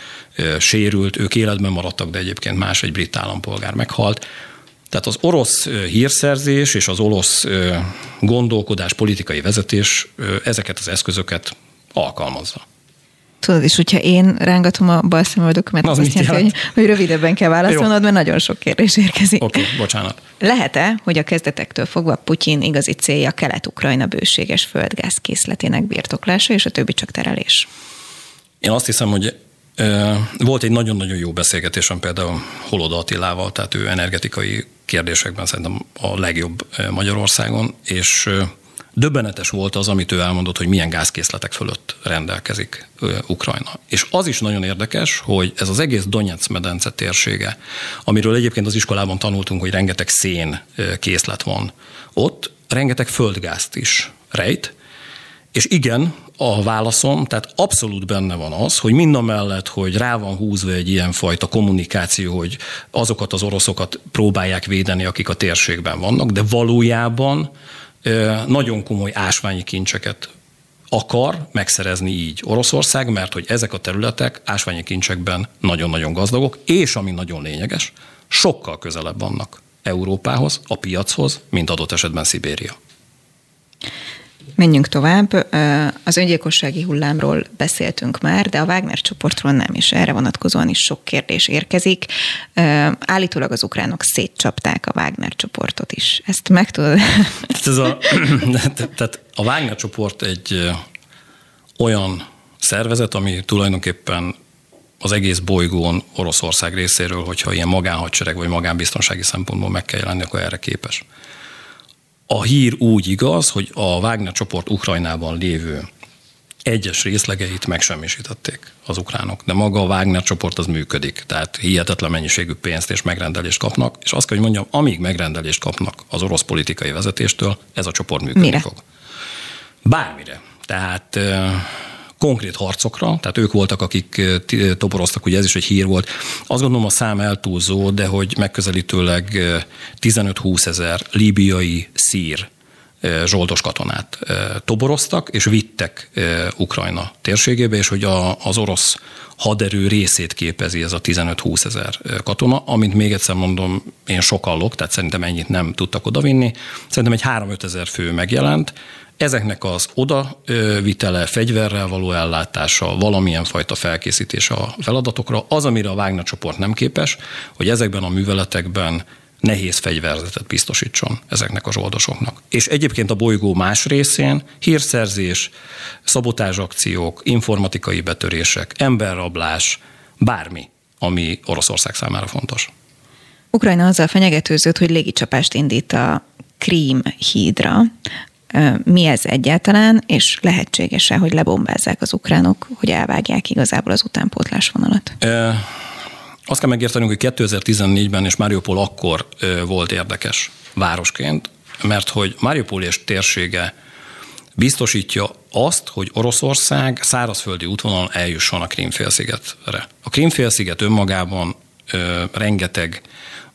sérült, ők életben maradtak, de egyébként más, egy brit állampolgár meghalt. Tehát az orosz hírszerzés és az orosz gondolkodás, politikai vezetés ezeket az eszközöket alkalmazza. Tudod, és hogyha én rángatom a bal szemöldökömet, az azt jelenti, hogy, hogy rövidebben kell válaszolnod, mert nagyon sok kérdés érkezik. Oké, okay, bocsánat. Lehet-e, hogy a kezdetektől fogva Putyin igazi célja Kelet-Ukrajna bőséges földgázkészletének birtoklása, és a többi csak terelés? Én azt hiszem, hogy volt egy nagyon-nagyon jó beszélgetésem például Holoda Attilával, tehát ő energetikai kérdésekben szerintem a legjobb Magyarországon, és döbbenetes volt az, amit ő elmondott, hogy milyen gázkészletek fölött rendelkezik Ukrajna. És az is nagyon érdekes, hogy ez az egész Donetsz medence térsége, amiről egyébként az iskolában tanultunk, hogy rengeteg szén készlet van ott, rengeteg földgázt is rejt, és igen, a válaszom, tehát abszolút benne van az, hogy mindamellett, hogy rá van húzva egy ilyenfajta kommunikáció, hogy azokat az oroszokat próbálják védeni, akik a térségben vannak, de valójában nagyon komoly ásványi kincseket akar megszerezni így Oroszország, mert hogy ezek a területek ásványi kincsekben nagyon-nagyon gazdagok, és ami nagyon lényeges, sokkal közelebb vannak Európához, a piachoz, mint adott esetben Szibéria. Menjünk tovább. Az öngyilkossági hullámról beszéltünk már, de a Wagner csoportról nem, és erre vonatkozóan is sok kérdés érkezik. Állítólag az ukránok szétcsapták a Wagner csoportot is. Ezt meg tudod? Ez a, tehát a Wagner csoport egy olyan szervezet, ami tulajdonképpen az egész bolygón Oroszország részéről, hogyha ilyen magánhadsereg vagy magánbiztonsági szempontból meg kell jelenni, akkor erre képes. A hír úgy igaz, hogy a Wagner csoport Ukrajnában lévő egyes részlegeit megsemmisítették az ukránok, de maga a Wagner csoport az működik, tehát hihetetlen mennyiségű pénzt és megrendelést kapnak, és azt kell, hogy mondjam, amíg megrendelést kapnak az orosz politikai vezetéstől, ez a csoport működni Mire? fog. Bármire. Tehát konkrét harcokra, tehát ők voltak, akik toboroztak, ugye ez is egy hír volt. Azt gondolom a szám eltúlzó, de hogy megközelítőleg tizenöt-húsz ezer líbiai szír zsoldos katonát toboroztak, és vittek Ukrajna térségébe, és hogy a, az orosz haderő részét képezi ez a tizenöt-húsz ezer katona, amint még egyszer mondom, én sokallok, tehát szerintem ennyit nem tudtak odavinni. Szerintem egy három-öt ezer fő megjelent. Ezeknek az odavitele, fegyverrel való ellátása, valamilyen fajta felkészítése a feladatokra, az, amire a Wagner csoport nem képes, hogy ezekben a műveletekben nehéz fegyverzetet biztosítson ezeknek a zsoldosoknak. És egyébként a bolygó más részén hírszerzés, szabotázsakciók, informatikai betörések, emberrablás, bármi, ami Oroszország számára fontos. Ukrajna azzal fenyegetőzött, hogy légicsapást indít a Krím hídra. Mi ez egyáltalán, és lehetséges-e, hogy lebombázzák az ukránok, hogy elvágják igazából az utánpótlás vonalat? E, azt kell megértenünk, hogy kétezer-tizennégyben és Mariupol akkor volt érdekes városként, mert hogy Mariupol és térsége biztosítja azt, hogy Oroszország szárazföldi útvonalon eljusson a Krím-félszigetre. A Krím-félsziget önmagában ö, rengeteg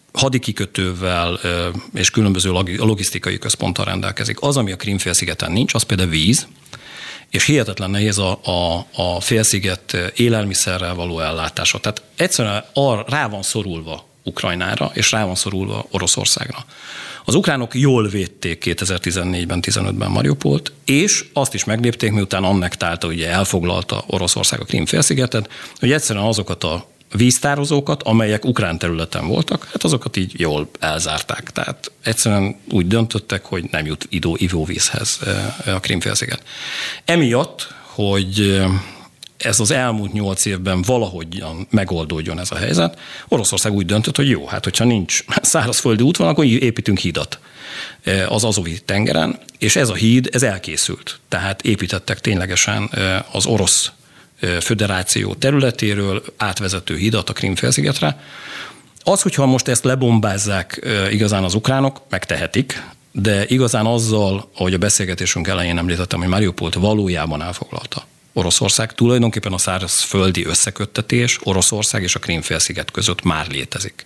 hadikikötővel és különböző logisztikai központtal rendelkezik. Az, ami a Krím-félszigeten nincs, az például víz, és hihetetlen nehéz a, a, a félsziget élelmiszerrel való ellátása. Tehát egyszerűen arra rá van szorulva Ukrajnára, és rá van szorulva Oroszországra. Az ukránok jól védték kétezer-tizennégyben, tizenötben Mariupolt, és azt is meglépték, miután annektálta, ugye elfoglalta Oroszország a Krím-félszigetet, hogy egyszerűen azokat a víztározókat, amelyek ukrán területen voltak, hát azokat így jól elzárták. Tehát egyszerűen úgy döntöttek, hogy nem jut idó, ivóvízhez a Krím-félsziget. Emiatt, hogy ez az elmúlt nyolc évben valahogyan megoldódjon ez a helyzet, Oroszország úgy döntött, hogy jó, hát hogyha nincs szárazföldi út van, akkor építünk hidat az Azovi tengeren, és ez a híd, ez elkészült. Tehát építettek ténylegesen az Orosz Föderáció területéről átvezető hidat a Krím-félszigetre. Az, hogyha most ezt lebombázzák igazán az ukránok, megtehetik, de igazán azzal, ahogy a beszélgetésünk elején említettem, hogy Mariupolt valójában elfoglalta Oroszország, tulajdonképpen a szárazföldi összeköttetés Oroszország és a Krím-félsziget között már létezik.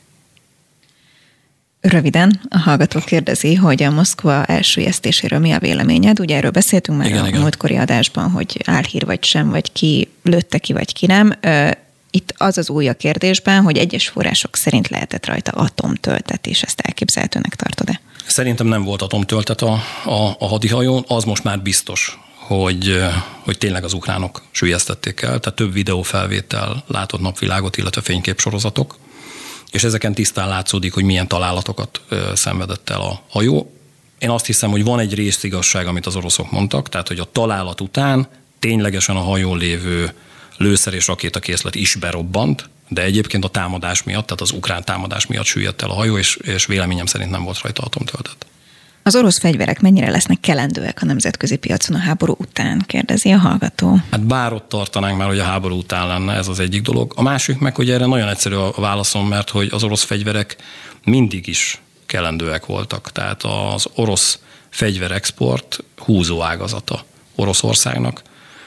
Röviden, a hallgató kérdezi, hogy a Moszkva elsüllyesztéséről mi a véleményed? Ugye erről beszéltünk már igen, a igen. múltkori adásban, hogy álhír vagy sem, vagy ki lőtte ki, vagy ki nem. Itt az az új a kérdésben, hogy egyes források szerint lehetett rajta atomtöltetés. Ezt elképzelhetőnek tartod-e? Szerintem nem volt atomtöltet a, a, a hadihajón, az most már biztos, hogy, hogy tényleg az ukránok süllyesztették el, tehát több videófelvétel látott napvilágot, illetve fényképsorozatok, és ezeken tisztán látszódik, hogy milyen találatokat szenvedett el a hajó. Én azt hiszem, hogy van egy részigazság, amit az oroszok mondtak, tehát hogy a találat után ténylegesen a hajón lévő lőszer és rakétakészlet is berobbant, de egyébként a támadás miatt, tehát az ukrán támadás miatt süllyedt el a hajó, és, és véleményem szerint nem volt rajta atomtöltet. Az orosz fegyverek mennyire lesznek kelendőek a nemzetközi piacon a háború után, kérdezi a hallgató. Hát bár ott tartanánk már, hogy a háború után lenne, ez az egyik dolog. A másik meg, hogy erre nagyon egyszerű a válaszom, mert hogy az orosz fegyverek mindig is kelendőek voltak. Tehát az orosz fegyverexport húzó ágazata Oroszországnak.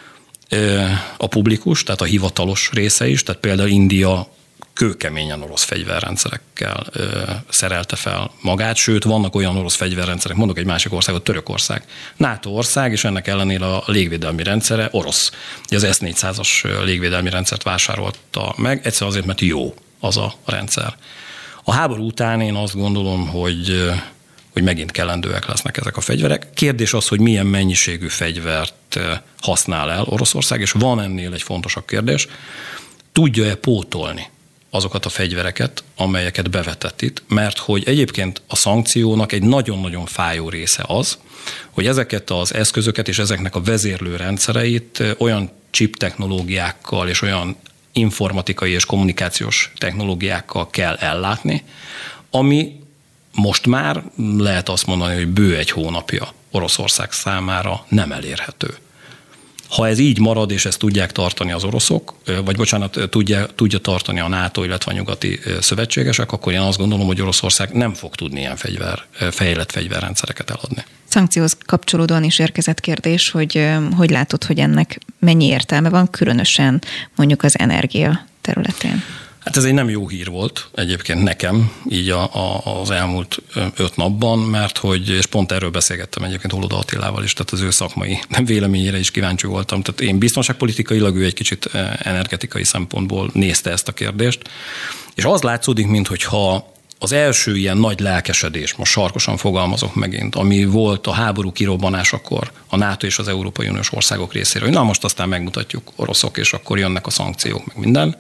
A publikus, tehát a hivatalos része is, tehát például India kőkeményen orosz fegyverrendszerekkel ö, szerelte fel magát, sőt, vannak olyan orosz fegyverrendszerek, mondok egy másik országot, Törökország. NATO ország, és ennek ellenére a légvédelmi rendszere orosz. Az es négyszázas légvédelmi rendszert vásárolta meg, egyszerűen azért, mert jó az a rendszer. A háború után én azt gondolom, hogy, hogy megint kelendőek lesznek ezek a fegyverek. Kérdés az, hogy milyen mennyiségű fegyvert használ el Oroszország, és van ennél egy fontosabb kérdés, tudja-e pótolni azokat a fegyvereket, amelyeket bevetett itt, mert hogy egyébként a szankciónak egy nagyon-nagyon fájó része az, hogy ezeket az eszközöket és ezeknek a vezérlő rendszereit olyan chip technológiákkal és olyan informatikai és kommunikációs technológiákkal kell ellátni, ami most már lehet azt mondani, hogy bő egy hónapja Oroszország számára nem elérhető. Ha ez így marad, és ezt tudják tartani az oroszok, vagy bocsánat, tudja, tudja tartani a NATO, illetve a nyugati szövetségesek, akkor én azt gondolom, hogy Oroszország nem fog tudni ilyen fegyver, fejlett fegyverrendszereket eladni. Szankcióhoz kapcsolódóan is érkezett kérdés, hogy hogy látod, hogy ennek mennyi értelme van, különösen mondjuk az energia területén? Hát ez egy nem jó hír volt egyébként nekem így a, a, az elmúlt öt napban, mert hogy, és pont erről beszélgettem egyébként Holoda Attilával is, tehát az ő szakmai véleményére is kíváncsi voltam. Tehát én biztonságpolitikailag, ő egy kicsit energetikai szempontból nézte ezt a kérdést, és az látszódik, minthogyha az első ilyen nagy lelkesedés, most sarkosan fogalmazok megint, ami volt a háború kirobbanásakor a NATO és az Európai Uniós országok részéről, hogy na most aztán megmutatjuk oroszok, és akkor jönnek a szankciók, meg minden.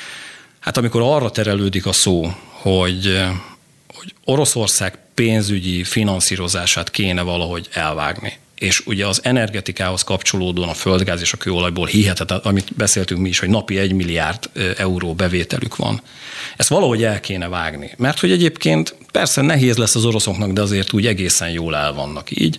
Hát amikor arra terelődik a szó, hogy, hogy Oroszország pénzügyi finanszírozását kéne valahogy elvágni, és ugye az energetikához kapcsolódóan a földgáz és a kőolajból hihetetlen, amit beszéltünk mi is, hogy napi egy milliárd euró bevételük van. Ezt valahogy el kéne vágni, mert hogy egyébként persze nehéz lesz az oroszoknak, de azért úgy egészen jól el vannak így,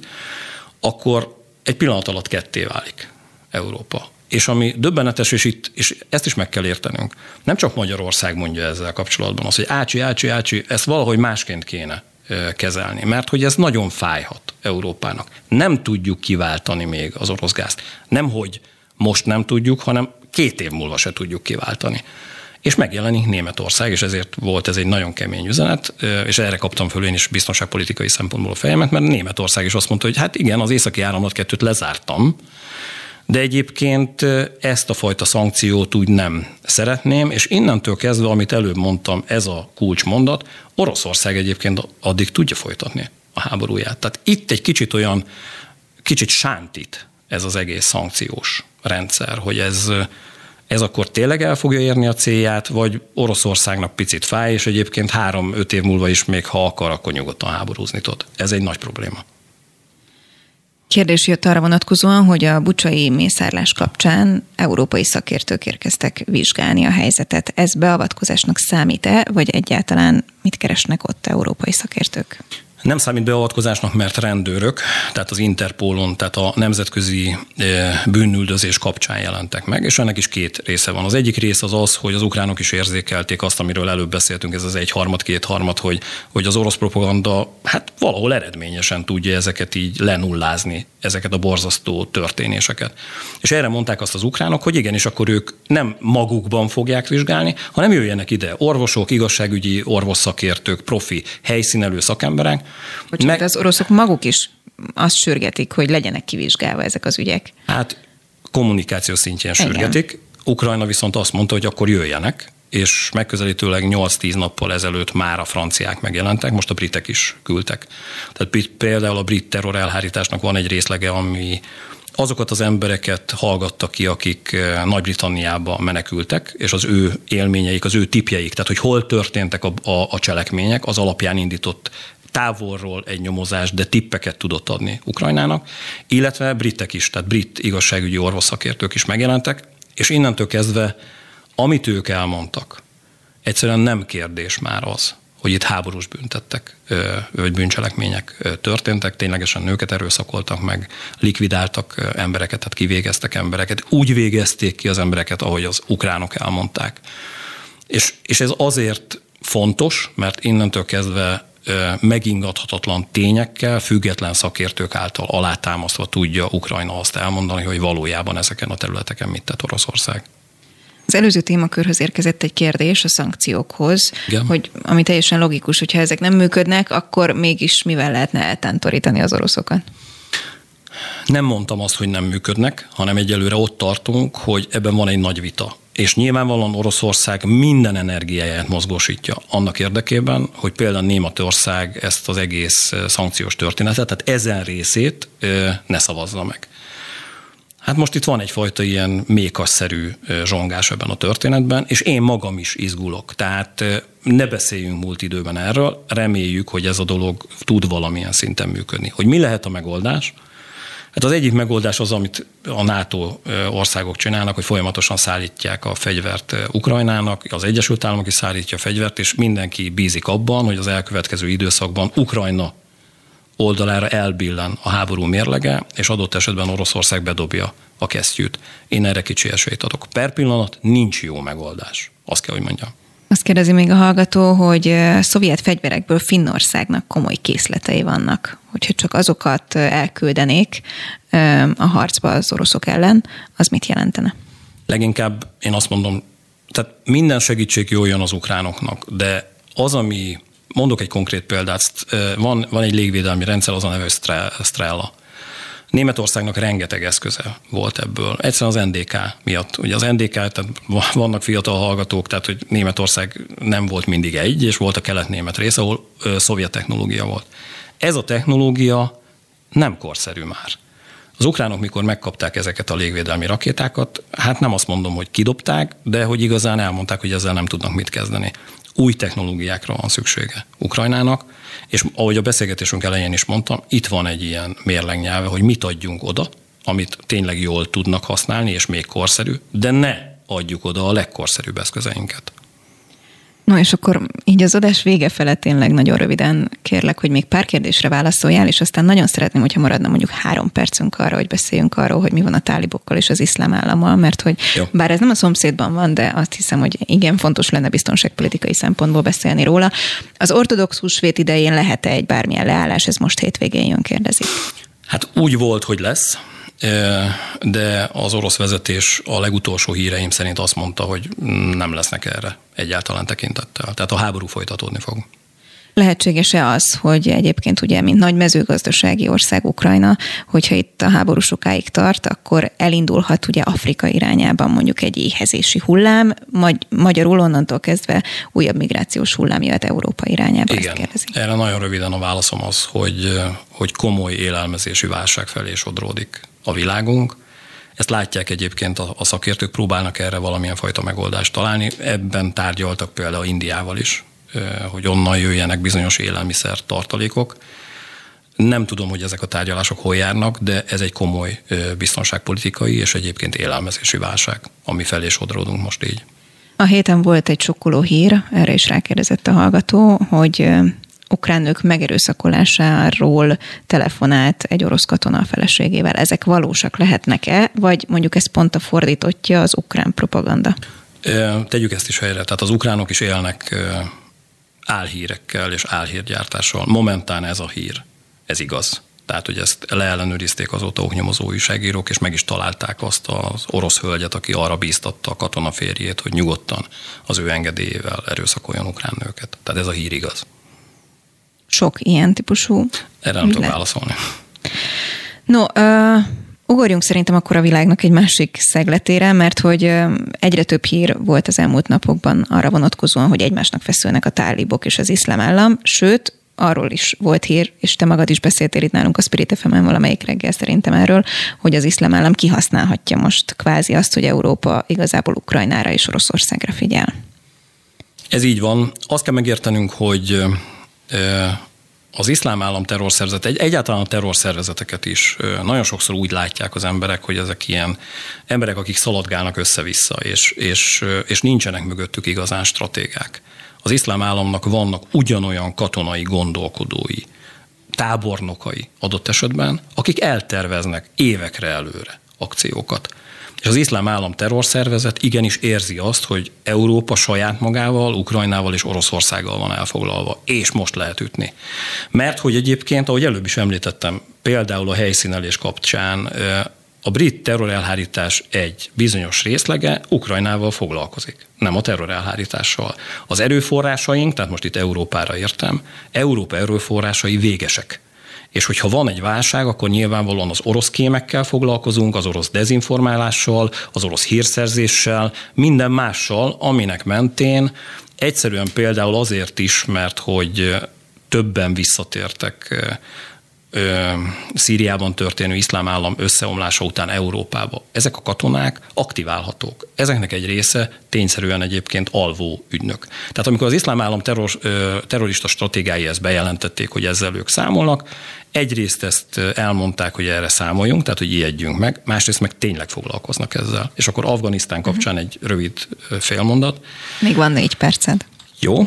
akkor egy pillanat alatt ketté válik Európa. És ami döbbenetes, és, itt, és ezt is meg kell értenünk, nem csak Magyarország mondja ezzel kapcsolatban azt, hogy ácsi, ácsi, ácsi, ezt valahogy másként kéne kezelni, mert hogy ez nagyon fájhat Európának. Nem tudjuk kiváltani még az orosz gázt. Nem, hogy most nem tudjuk, hanem két év múlva se tudjuk kiváltani. és megjelenik Németország, és ezért volt ez egy nagyon kemény üzenet, és erre kaptam föl én is biztonságpolitikai szempontból a fejemet, mert Németország is azt mondta, hogy hát igen, az északi áramlat kettőt lezártam, de egyébként ezt a fajta szankciót úgy nem szeretném, és innentől kezdve, amit előbb mondtam, ez a kulcsmondat, Oroszország egyébként addig tudja folytatni a háborúját. Tehát itt egy kicsit olyan, kicsit sántít ez az egész szankciós rendszer, hogy ez, ez akkor tényleg el fogja érni a célját, vagy Oroszországnak picit fáj, és egyébként három-öt év múlva is még ha akar, akkor nyugodtan háborúzni tud. Ez egy nagy probléma. Kérdés jött arra vonatkozóan, hogy a bucsai mészárlás kapcsán európai szakértők érkeztek vizsgálni a helyzetet. Ez beavatkozásnak számít-e, vagy egyáltalán mit keresnek ott európai szakértők? Nem számít beavatkozásnak, mert rendőrök, tehát az Interpolon, tehát a nemzetközi bűnüldözés kapcsán jelentek meg, és ennek is két része van. Az egyik rész az az, hogy az ukránok is érzékelték azt, amiről előbb beszéltünk, ez az egyharmad, kétharmad, hogy, hogy az orosz propaganda hát valahol eredményesen tudja ezeket így lenullázni, ezeket a borzasztó történéseket. És erre mondták azt az ukránok, hogy igenis, akkor ők nem magukban fogják vizsgálni, hanem jöjjenek ide orvosok, igazságügyi orvosszakértők, profi, helyszínelő szakemberek. Bocsánat, meg... az oroszok maguk is azt sürgetik, hogy legyenek kivizsgálva ezek az ügyek. Hát kommunikáció szintjén Igen. sürgetik. Ukrajna viszont azt mondta, hogy akkor jöjjenek, és megközelítőleg nyolc-tíz nappal ezelőtt már a franciák megjelentek, most a britek is küldtek. Tehát például a brit terror elhárításnak van egy részlege, ami azokat az embereket hallgatta ki, akik Nagy-Britanniába menekültek, és az ő élményeik, az ő tipjeik, tehát hogy hol történtek a, a, a cselekmények, az alapján indított távolról egy nyomozás, de tippeket tudott adni Ukrajnának, illetve britek is, tehát brit igazságügyi orvosszakértők is megjelentek, és innentől kezdve, amit ők elmondtak, egyszerűen nem kérdés már az, hogy itt háborús büntettek, vagy bűncselekmények történtek, ténylegesen nőket erőszakoltak meg, likvidáltak embereket, tehát kivégeztek embereket, úgy végezték ki az embereket, ahogy az ukránok elmondták. És, és ez azért fontos, mert innentől kezdve megingathatatlan tényekkel, független szakértők által alátámasztva tudja Ukrajna azt elmondani, hogy valójában ezeken a területeken mit tett Oroszország. Az előző témakörhöz érkezett egy kérdés a szankciókhoz, igen. hogy ami teljesen logikus, hogyha ezek nem működnek, akkor mégis mivel lehetne eltántorítani az oroszokat? Nem mondtam azt, hogy nem működnek, hanem egyelőre ott tartunk, hogy ebben van egy nagy vita. És nyilvánvalóan Oroszország minden energiáját mozgósítja annak érdekében, hogy például Németország ezt az egész szankciós történetet, tehát ezen részét ne szavazza meg. Hát most itt van egyfajta ilyen mékasszerű zsongás ebben a történetben, és én magam is izgulok. Tehát ne beszéljünk múlt időben erről, reméljük, hogy ez a dolog tud valamilyen szinten működni. Hogy mi lehet a megoldás? Hát az egyik megoldás az, amit a NATO országok csinálnak, hogy folyamatosan szállítják a fegyvert Ukrajnának, az Egyesült Államok is szállítja a fegyvert, és mindenki bízik abban, hogy az elkövetkező időszakban Ukrajna oldalára elbillen a háború mérlege, és adott esetben Oroszország bedobja a kesztyűt. Én erre kicsi esélyt adok. Per pillanat nincs jó megoldás. Azt kell, hogy mondjam. Azt kérdezi még a hallgató, hogy szovjet fegyverekből Finnországnak komoly készletei vannak. Hogyha csak azokat elküldenék a harcba az oroszok ellen, az mit jelentene? Leginkább én azt mondom, tehát minden segítség jól jön az ukránoknak, de az, ami, mondok egy konkrét példát, van, van egy légvédelmi rendszer, az a neve Strela. Németországnak rengeteg eszköze volt ebből. Egyszerűen az en dé ká miatt. Ugye az en dé ká, tehát vannak fiatal hallgatók, tehát hogy Németország nem volt mindig egy, és volt a kelet-német rész, ahol ö, szovjet technológia volt. Ez a technológia nem korszerű már. Az ukránok, mikor megkapták ezeket a légvédelmi rakétákat, hát nem azt mondom, hogy kidobták, de hogy igazán elmondták, hogy ezzel nem tudnak mit kezdeni. Új technológiákra van szüksége Ukrajnának, és ahogy a beszélgetésünk elején is mondtam, itt van egy ilyen mérlegnyelve, hogy mit adjunk oda, amit tényleg jól tudnak használni, és még korszerű, de ne adjuk oda a legkorszerűbb eszközeinket. No, és akkor így az adás vége felett tényleg nagyon röviden kérlek, hogy még pár kérdésre válaszoljál, és aztán nagyon szeretném, hogyha maradna mondjuk három percünk arra, hogy beszéljünk arról, hogy mi van a tálibokkal és az iszlám állammal, mert hogy Jó. bár ez nem a szomszédban van, de azt hiszem, hogy igen, fontos lenne biztonságpolitikai szempontból beszélni róla. Az ortodox húsvét idején lehet-e egy bármilyen leállás? Ez most hétvégén jön, kérdezik. Hát úgy volt, hogy lesz. de az orosz vezetés a legutolsó híreim szerint azt mondta, hogy nem lesznek erre egyáltalán tekintettel. Tehát a háború folytatódni fog. Lehetséges-e az, hogy egyébként ugye, mint nagy mezőgazdasági ország Ukrajna, hogyha itt a háború sokáig tart, akkor elindulhat ugye Afrika irányában mondjuk egy éhezési hullám, magy- magyarul onnantól kezdve újabb migrációs hullám jöhet Európa irányába? Igen, erre nagyon röviden a válaszom az, hogy, hogy komoly élelmezési válság felé sodródik a világunk. Ezt látják egyébként a, a szakértők, próbálnak erre valamilyen fajta megoldást találni. Ebben tárgyaltak például Indiával is, hogy onnan jöjjenek bizonyos élelmiszer tartalékok. Nem tudom, hogy ezek a tárgyalások hol járnak, de ez egy komoly biztonságpolitikai és egyébként élelmezési válság, ami felé sodródunk most így. A héten volt egy sokkoló hír, erre is rákérdezett a hallgató, hogy ukrán nők megerőszakolásáról telefonált egy orosz katona a feleségével. Ezek valósak lehetnek-e, vagy mondjuk ez pont a fordítottja az ukrán propaganda? Tegyük ezt is helyre. Tehát az ukránok is élnek álhírekkel és álhírgyártással. Momentán ez a hír, ez igaz. Tehát, hogy ezt leellenőrizték azóta oknyomozó újságírók, és meg is találták azt az orosz hölgyet, aki arra bíztatta a katona férjét, hogy nyugodtan az ő engedélyével erőszakoljon ukrán nőket. Tehát ez a hír igaz. Sok ilyen típusú... Erre nem tudok válaszolni. No, uh... ugorjunk szerintem akkor a világnak egy másik szegletére, mert hogy egyre több hír volt az elmúlt napokban arra vonatkozóan, hogy egymásnak feszülnek a tálibok és az iszlám állam, sőt, arról is volt hír, és te magad is beszéltél itt nálunk a Spirit ef emen valamelyik reggel szerintem erről, hogy az iszlám állam kihasználhatja most kvázi azt, hogy Európa igazából Ukrajnára és Oroszországra figyel. Ez így van. Azt kell megértenünk, hogy az iszlám állam terrorszervezet, egy, egyáltalán a terrorszervezeteket is nagyon sokszor úgy látják az emberek, hogy ezek ilyen emberek, akik szaladgálnak össze-vissza, és, és, és nincsenek mögöttük igazán stratégák. Az iszlám államnak vannak ugyanolyan katonai gondolkodói, tábornokai adott esetben, akik elterveznek évekre előre akciókat. És az iszlám állam terrorszervezet igenis érzi azt, hogy Európa saját magával, Ukrajnával és Oroszországgal van elfoglalva, és most lehet ütni. Mert hogy egyébként, ahogy előbb is említettem, például a helyszínelés kapcsán a brit terrorelhárítás egy bizonyos részlege Ukrajnával foglalkozik, nem a terrorelhárítással. Az erőforrásaink, tehát most itt Európára értem, Európa erőforrásai végesek. És hogyha van egy válság, akkor nyilvánvalóan az orosz kémekkel foglalkozunk, az orosz dezinformálással, az orosz hírszerzéssel, minden mással, aminek mentén egyszerűen például azért is, mert hogy többen visszatértek Szíriában történő iszlám állam összeomlása után Európába. Ezek a katonák aktiválhatók. Ezeknek egy része tényszerűen egyébként alvó ügynök. Tehát amikor az iszlám állam terror, terrorista stratégiái ezt bejelentették, hogy ezzel ők számolnak, egyrészt ezt elmondták, hogy erre számoljunk, tehát hogy ijedjünk meg, másrészt meg tényleg foglalkoznak ezzel. És akkor Afganisztán kapcsán egy rövid félmondat. Még van négy perced. Jó.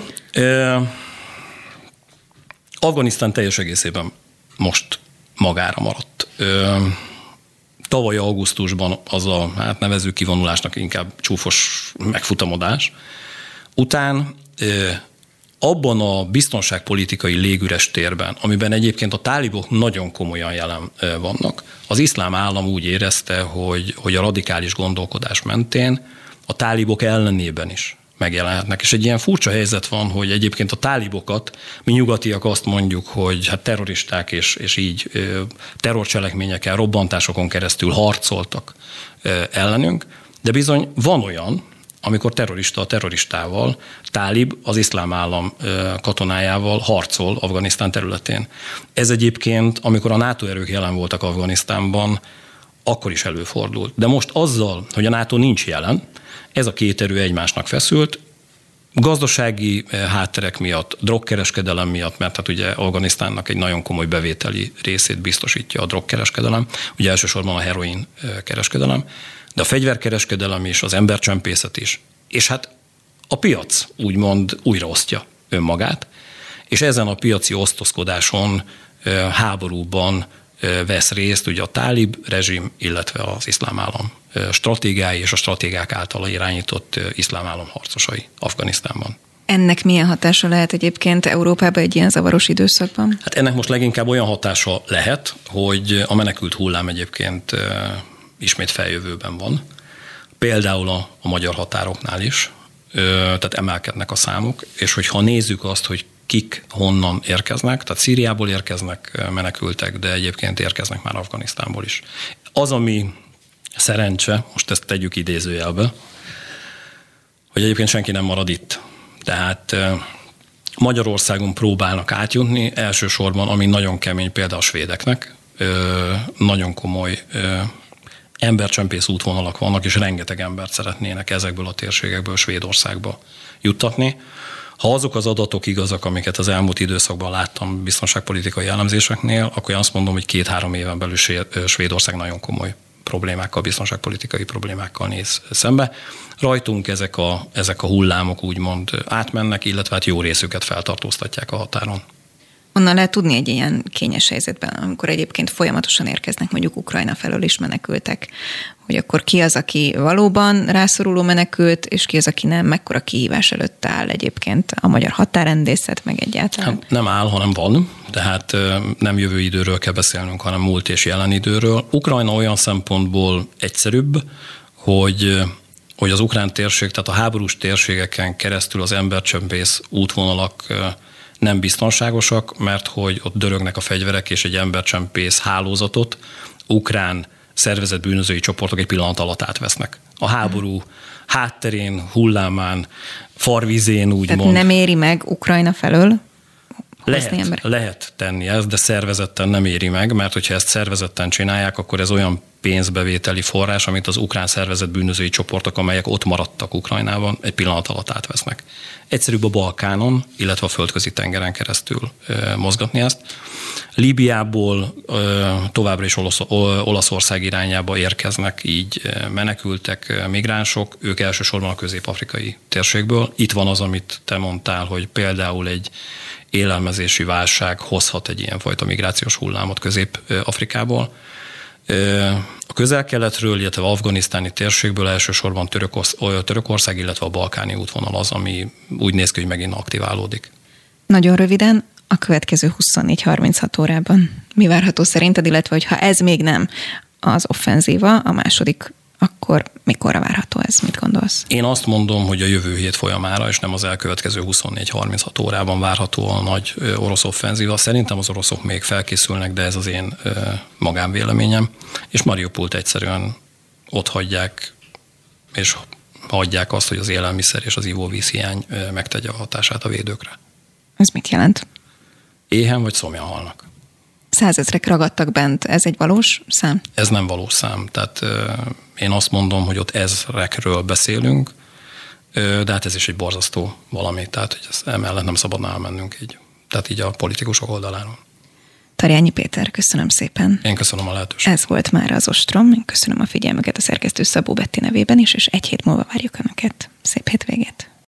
Afganisztán teljes egészében most magára maradt. Ö, tavaly augusztusban az a, hát nevezzük kivonulásnak, inkább csúfos megfutamodás. Után ö, abban a biztonságpolitikai légüres térben, amiben egyébként a tálibok nagyon komolyan jelen ö, vannak, az iszlám állam úgy érezte, hogy, hogy a radikális gondolkodás mentén a tálibok ellenében is megjelenhetnek. És egy ilyen furcsa helyzet van, hogy egyébként a tálibokat, mi nyugatiak azt mondjuk, hogy hát terroristák és, és így terrorcselekményekkel, robbantásokon keresztül harcoltak ellenünk, de bizony van olyan, amikor terrorista a terroristával, tálib az iszlám állam katonájával harcol Afganisztán területén. Ez egyébként, amikor a NATO erők jelen voltak Afganisztánban, akkor is előfordult. De most azzal, hogy a NATO nincs jelen, ez a két erő egymásnak feszült, gazdasági hátterek miatt, drogkereskedelem miatt, mert hát ugye Afganisztánnak egy nagyon komoly bevételi részét biztosítja a drogkereskedelem, ugye elsősorban a heroin kereskedelem, de a fegyverkereskedelem is, az embercsempészet is, és hát a piac úgymond újraosztja önmagát, és ezen a piaci osztozkodáson, háborúban vesz részt ugye a tálib rezsim, illetve az iszlám állam stratégiái és a stratégák által irányított iszlám állam harcosai Afganisztánban. Ennek milyen hatása lehet egyébként Európában egy ilyen zavaros időszakban? Hát ennek most leginkább olyan hatása lehet, hogy a menekült hullám egyébként ismét feljövőben van. Például a, a magyar határoknál is, tehát emelkednek a számok, és hogyha nézzük azt, hogy kik honnan érkeznek, tehát Szíriából érkeznek menekültek, de egyébként érkeznek már Afganisztánból is. Az, ami szerencse, most ezt tegyük idézőjelbe, hogy egyébként senki nem marad itt. Tehát Magyarországon próbálnak átjutni, elsősorban, ami nagyon kemény, például a svédeknek, nagyon komoly embercsempész útvonalak vannak, és rengeteg embert szeretnének ezekből a térségekből Svédországba juttatni. Ha azok az adatok igazak, amiket az elmúlt időszakban láttam biztonságpolitikai elemzéseknél, akkor én azt mondom, hogy két-három éven belül Svédország nagyon komoly problémákkal, biztonságpolitikai problémákkal néz szembe. Rajtunk ezek a, ezek a hullámok úgymond átmennek, illetve hát jó részüket feltartóztatják a határon. Onnan lehet tudni egy ilyen kényes helyzetben, amikor egyébként folyamatosan érkeznek mondjuk Ukrajna felől is menekültek, hogy akkor ki az, aki valóban rászoruló menekült, és ki az, aki nem, mekkora kihívás előtt áll egyébként a magyar határrendészet, meg egyáltalán? Hát nem áll, hanem van, tehát nem jövő időről kell beszélnünk, hanem múlt és jelen időről. Ukrajna olyan szempontból egyszerűbb, hogy hogy az ukrán térség, tehát a háborús térségeken keresztül az embercsempész útvonalak nem biztonságosak, mert hogy ott dörögnek a fegyverek, és egy embercsempész hálózatot ukrán szervezett bűnözői csoportok egy pillanat alatt átvesznek. A háború hátterén, hullámán, farvizén úgymond. Tehát nem éri meg Ukrajna felől? Lehet, lehet tenni ezt, de szervezetten nem éri meg, mert hogyha ezt szervezetten csinálják, akkor ez olyan pénzbevételi forrás, amit az ukrán szervezett bűnözői csoportok, amelyek ott maradtak Ukrajnában, egy pillanat alatt átvesznek. Egyszerűbb a Balkánon, illetve a földközi tengeren keresztül e, mozgatni ezt. Líbiából e, továbbra is Olasz, Olaszország irányába érkeznek így menekültek, migránsok, ők elsősorban a közép-afrikai térségből. Itt van az, amit te mondtál, hogy például egy élelmezési válság hozhat egy ilyenfajta migrációs hullámot Közép-Afrikából. A közel-keletről, illetve afganisztáni térségből elsősorban Törökország, Törökország, illetve a balkáni útvonal az, ami úgy néz ki, hogy megint aktiválódik. Nagyon röviden, a következő huszonnégy harminchat órában mi várható szerinted, illetve hogyha ez még nem az offenzíva, a második, akkor mikorra várható ez? Mit gondolsz? Én azt mondom, hogy a jövő hét folyamára, és nem az elkövetkező huszonnégy harminchat órában várható a nagy orosz offenzíva. Szerintem az oroszok még felkészülnek, de ez az én magánvéleményem. És Mariupolt egyszerűen ott hagyják, és hagyják azt, hogy az élelmiszer és az ivóvíz hiány megtegye a hatását a védőkre. Ez mit jelent? Éhen vagy szomjan halnak. Százezrek ragadtak bent, ez egy valós szám? Ez nem valós szám, tehát én azt mondom, hogy ott ezrekről beszélünk, de hát ez is egy borzasztó valami, tehát hogy ez emellett nem szabadna elmennünk így, tehát így a politikusok oldaláról. Tarjányi Péter, köszönöm szépen. Én köszönöm a lehetőséget. Ez volt már az Ostrom, én köszönöm a figyelmüket a szerkesztő Szabó Betti nevében is, és egy hét múlva várjuk Önöket. Szép hétvégét!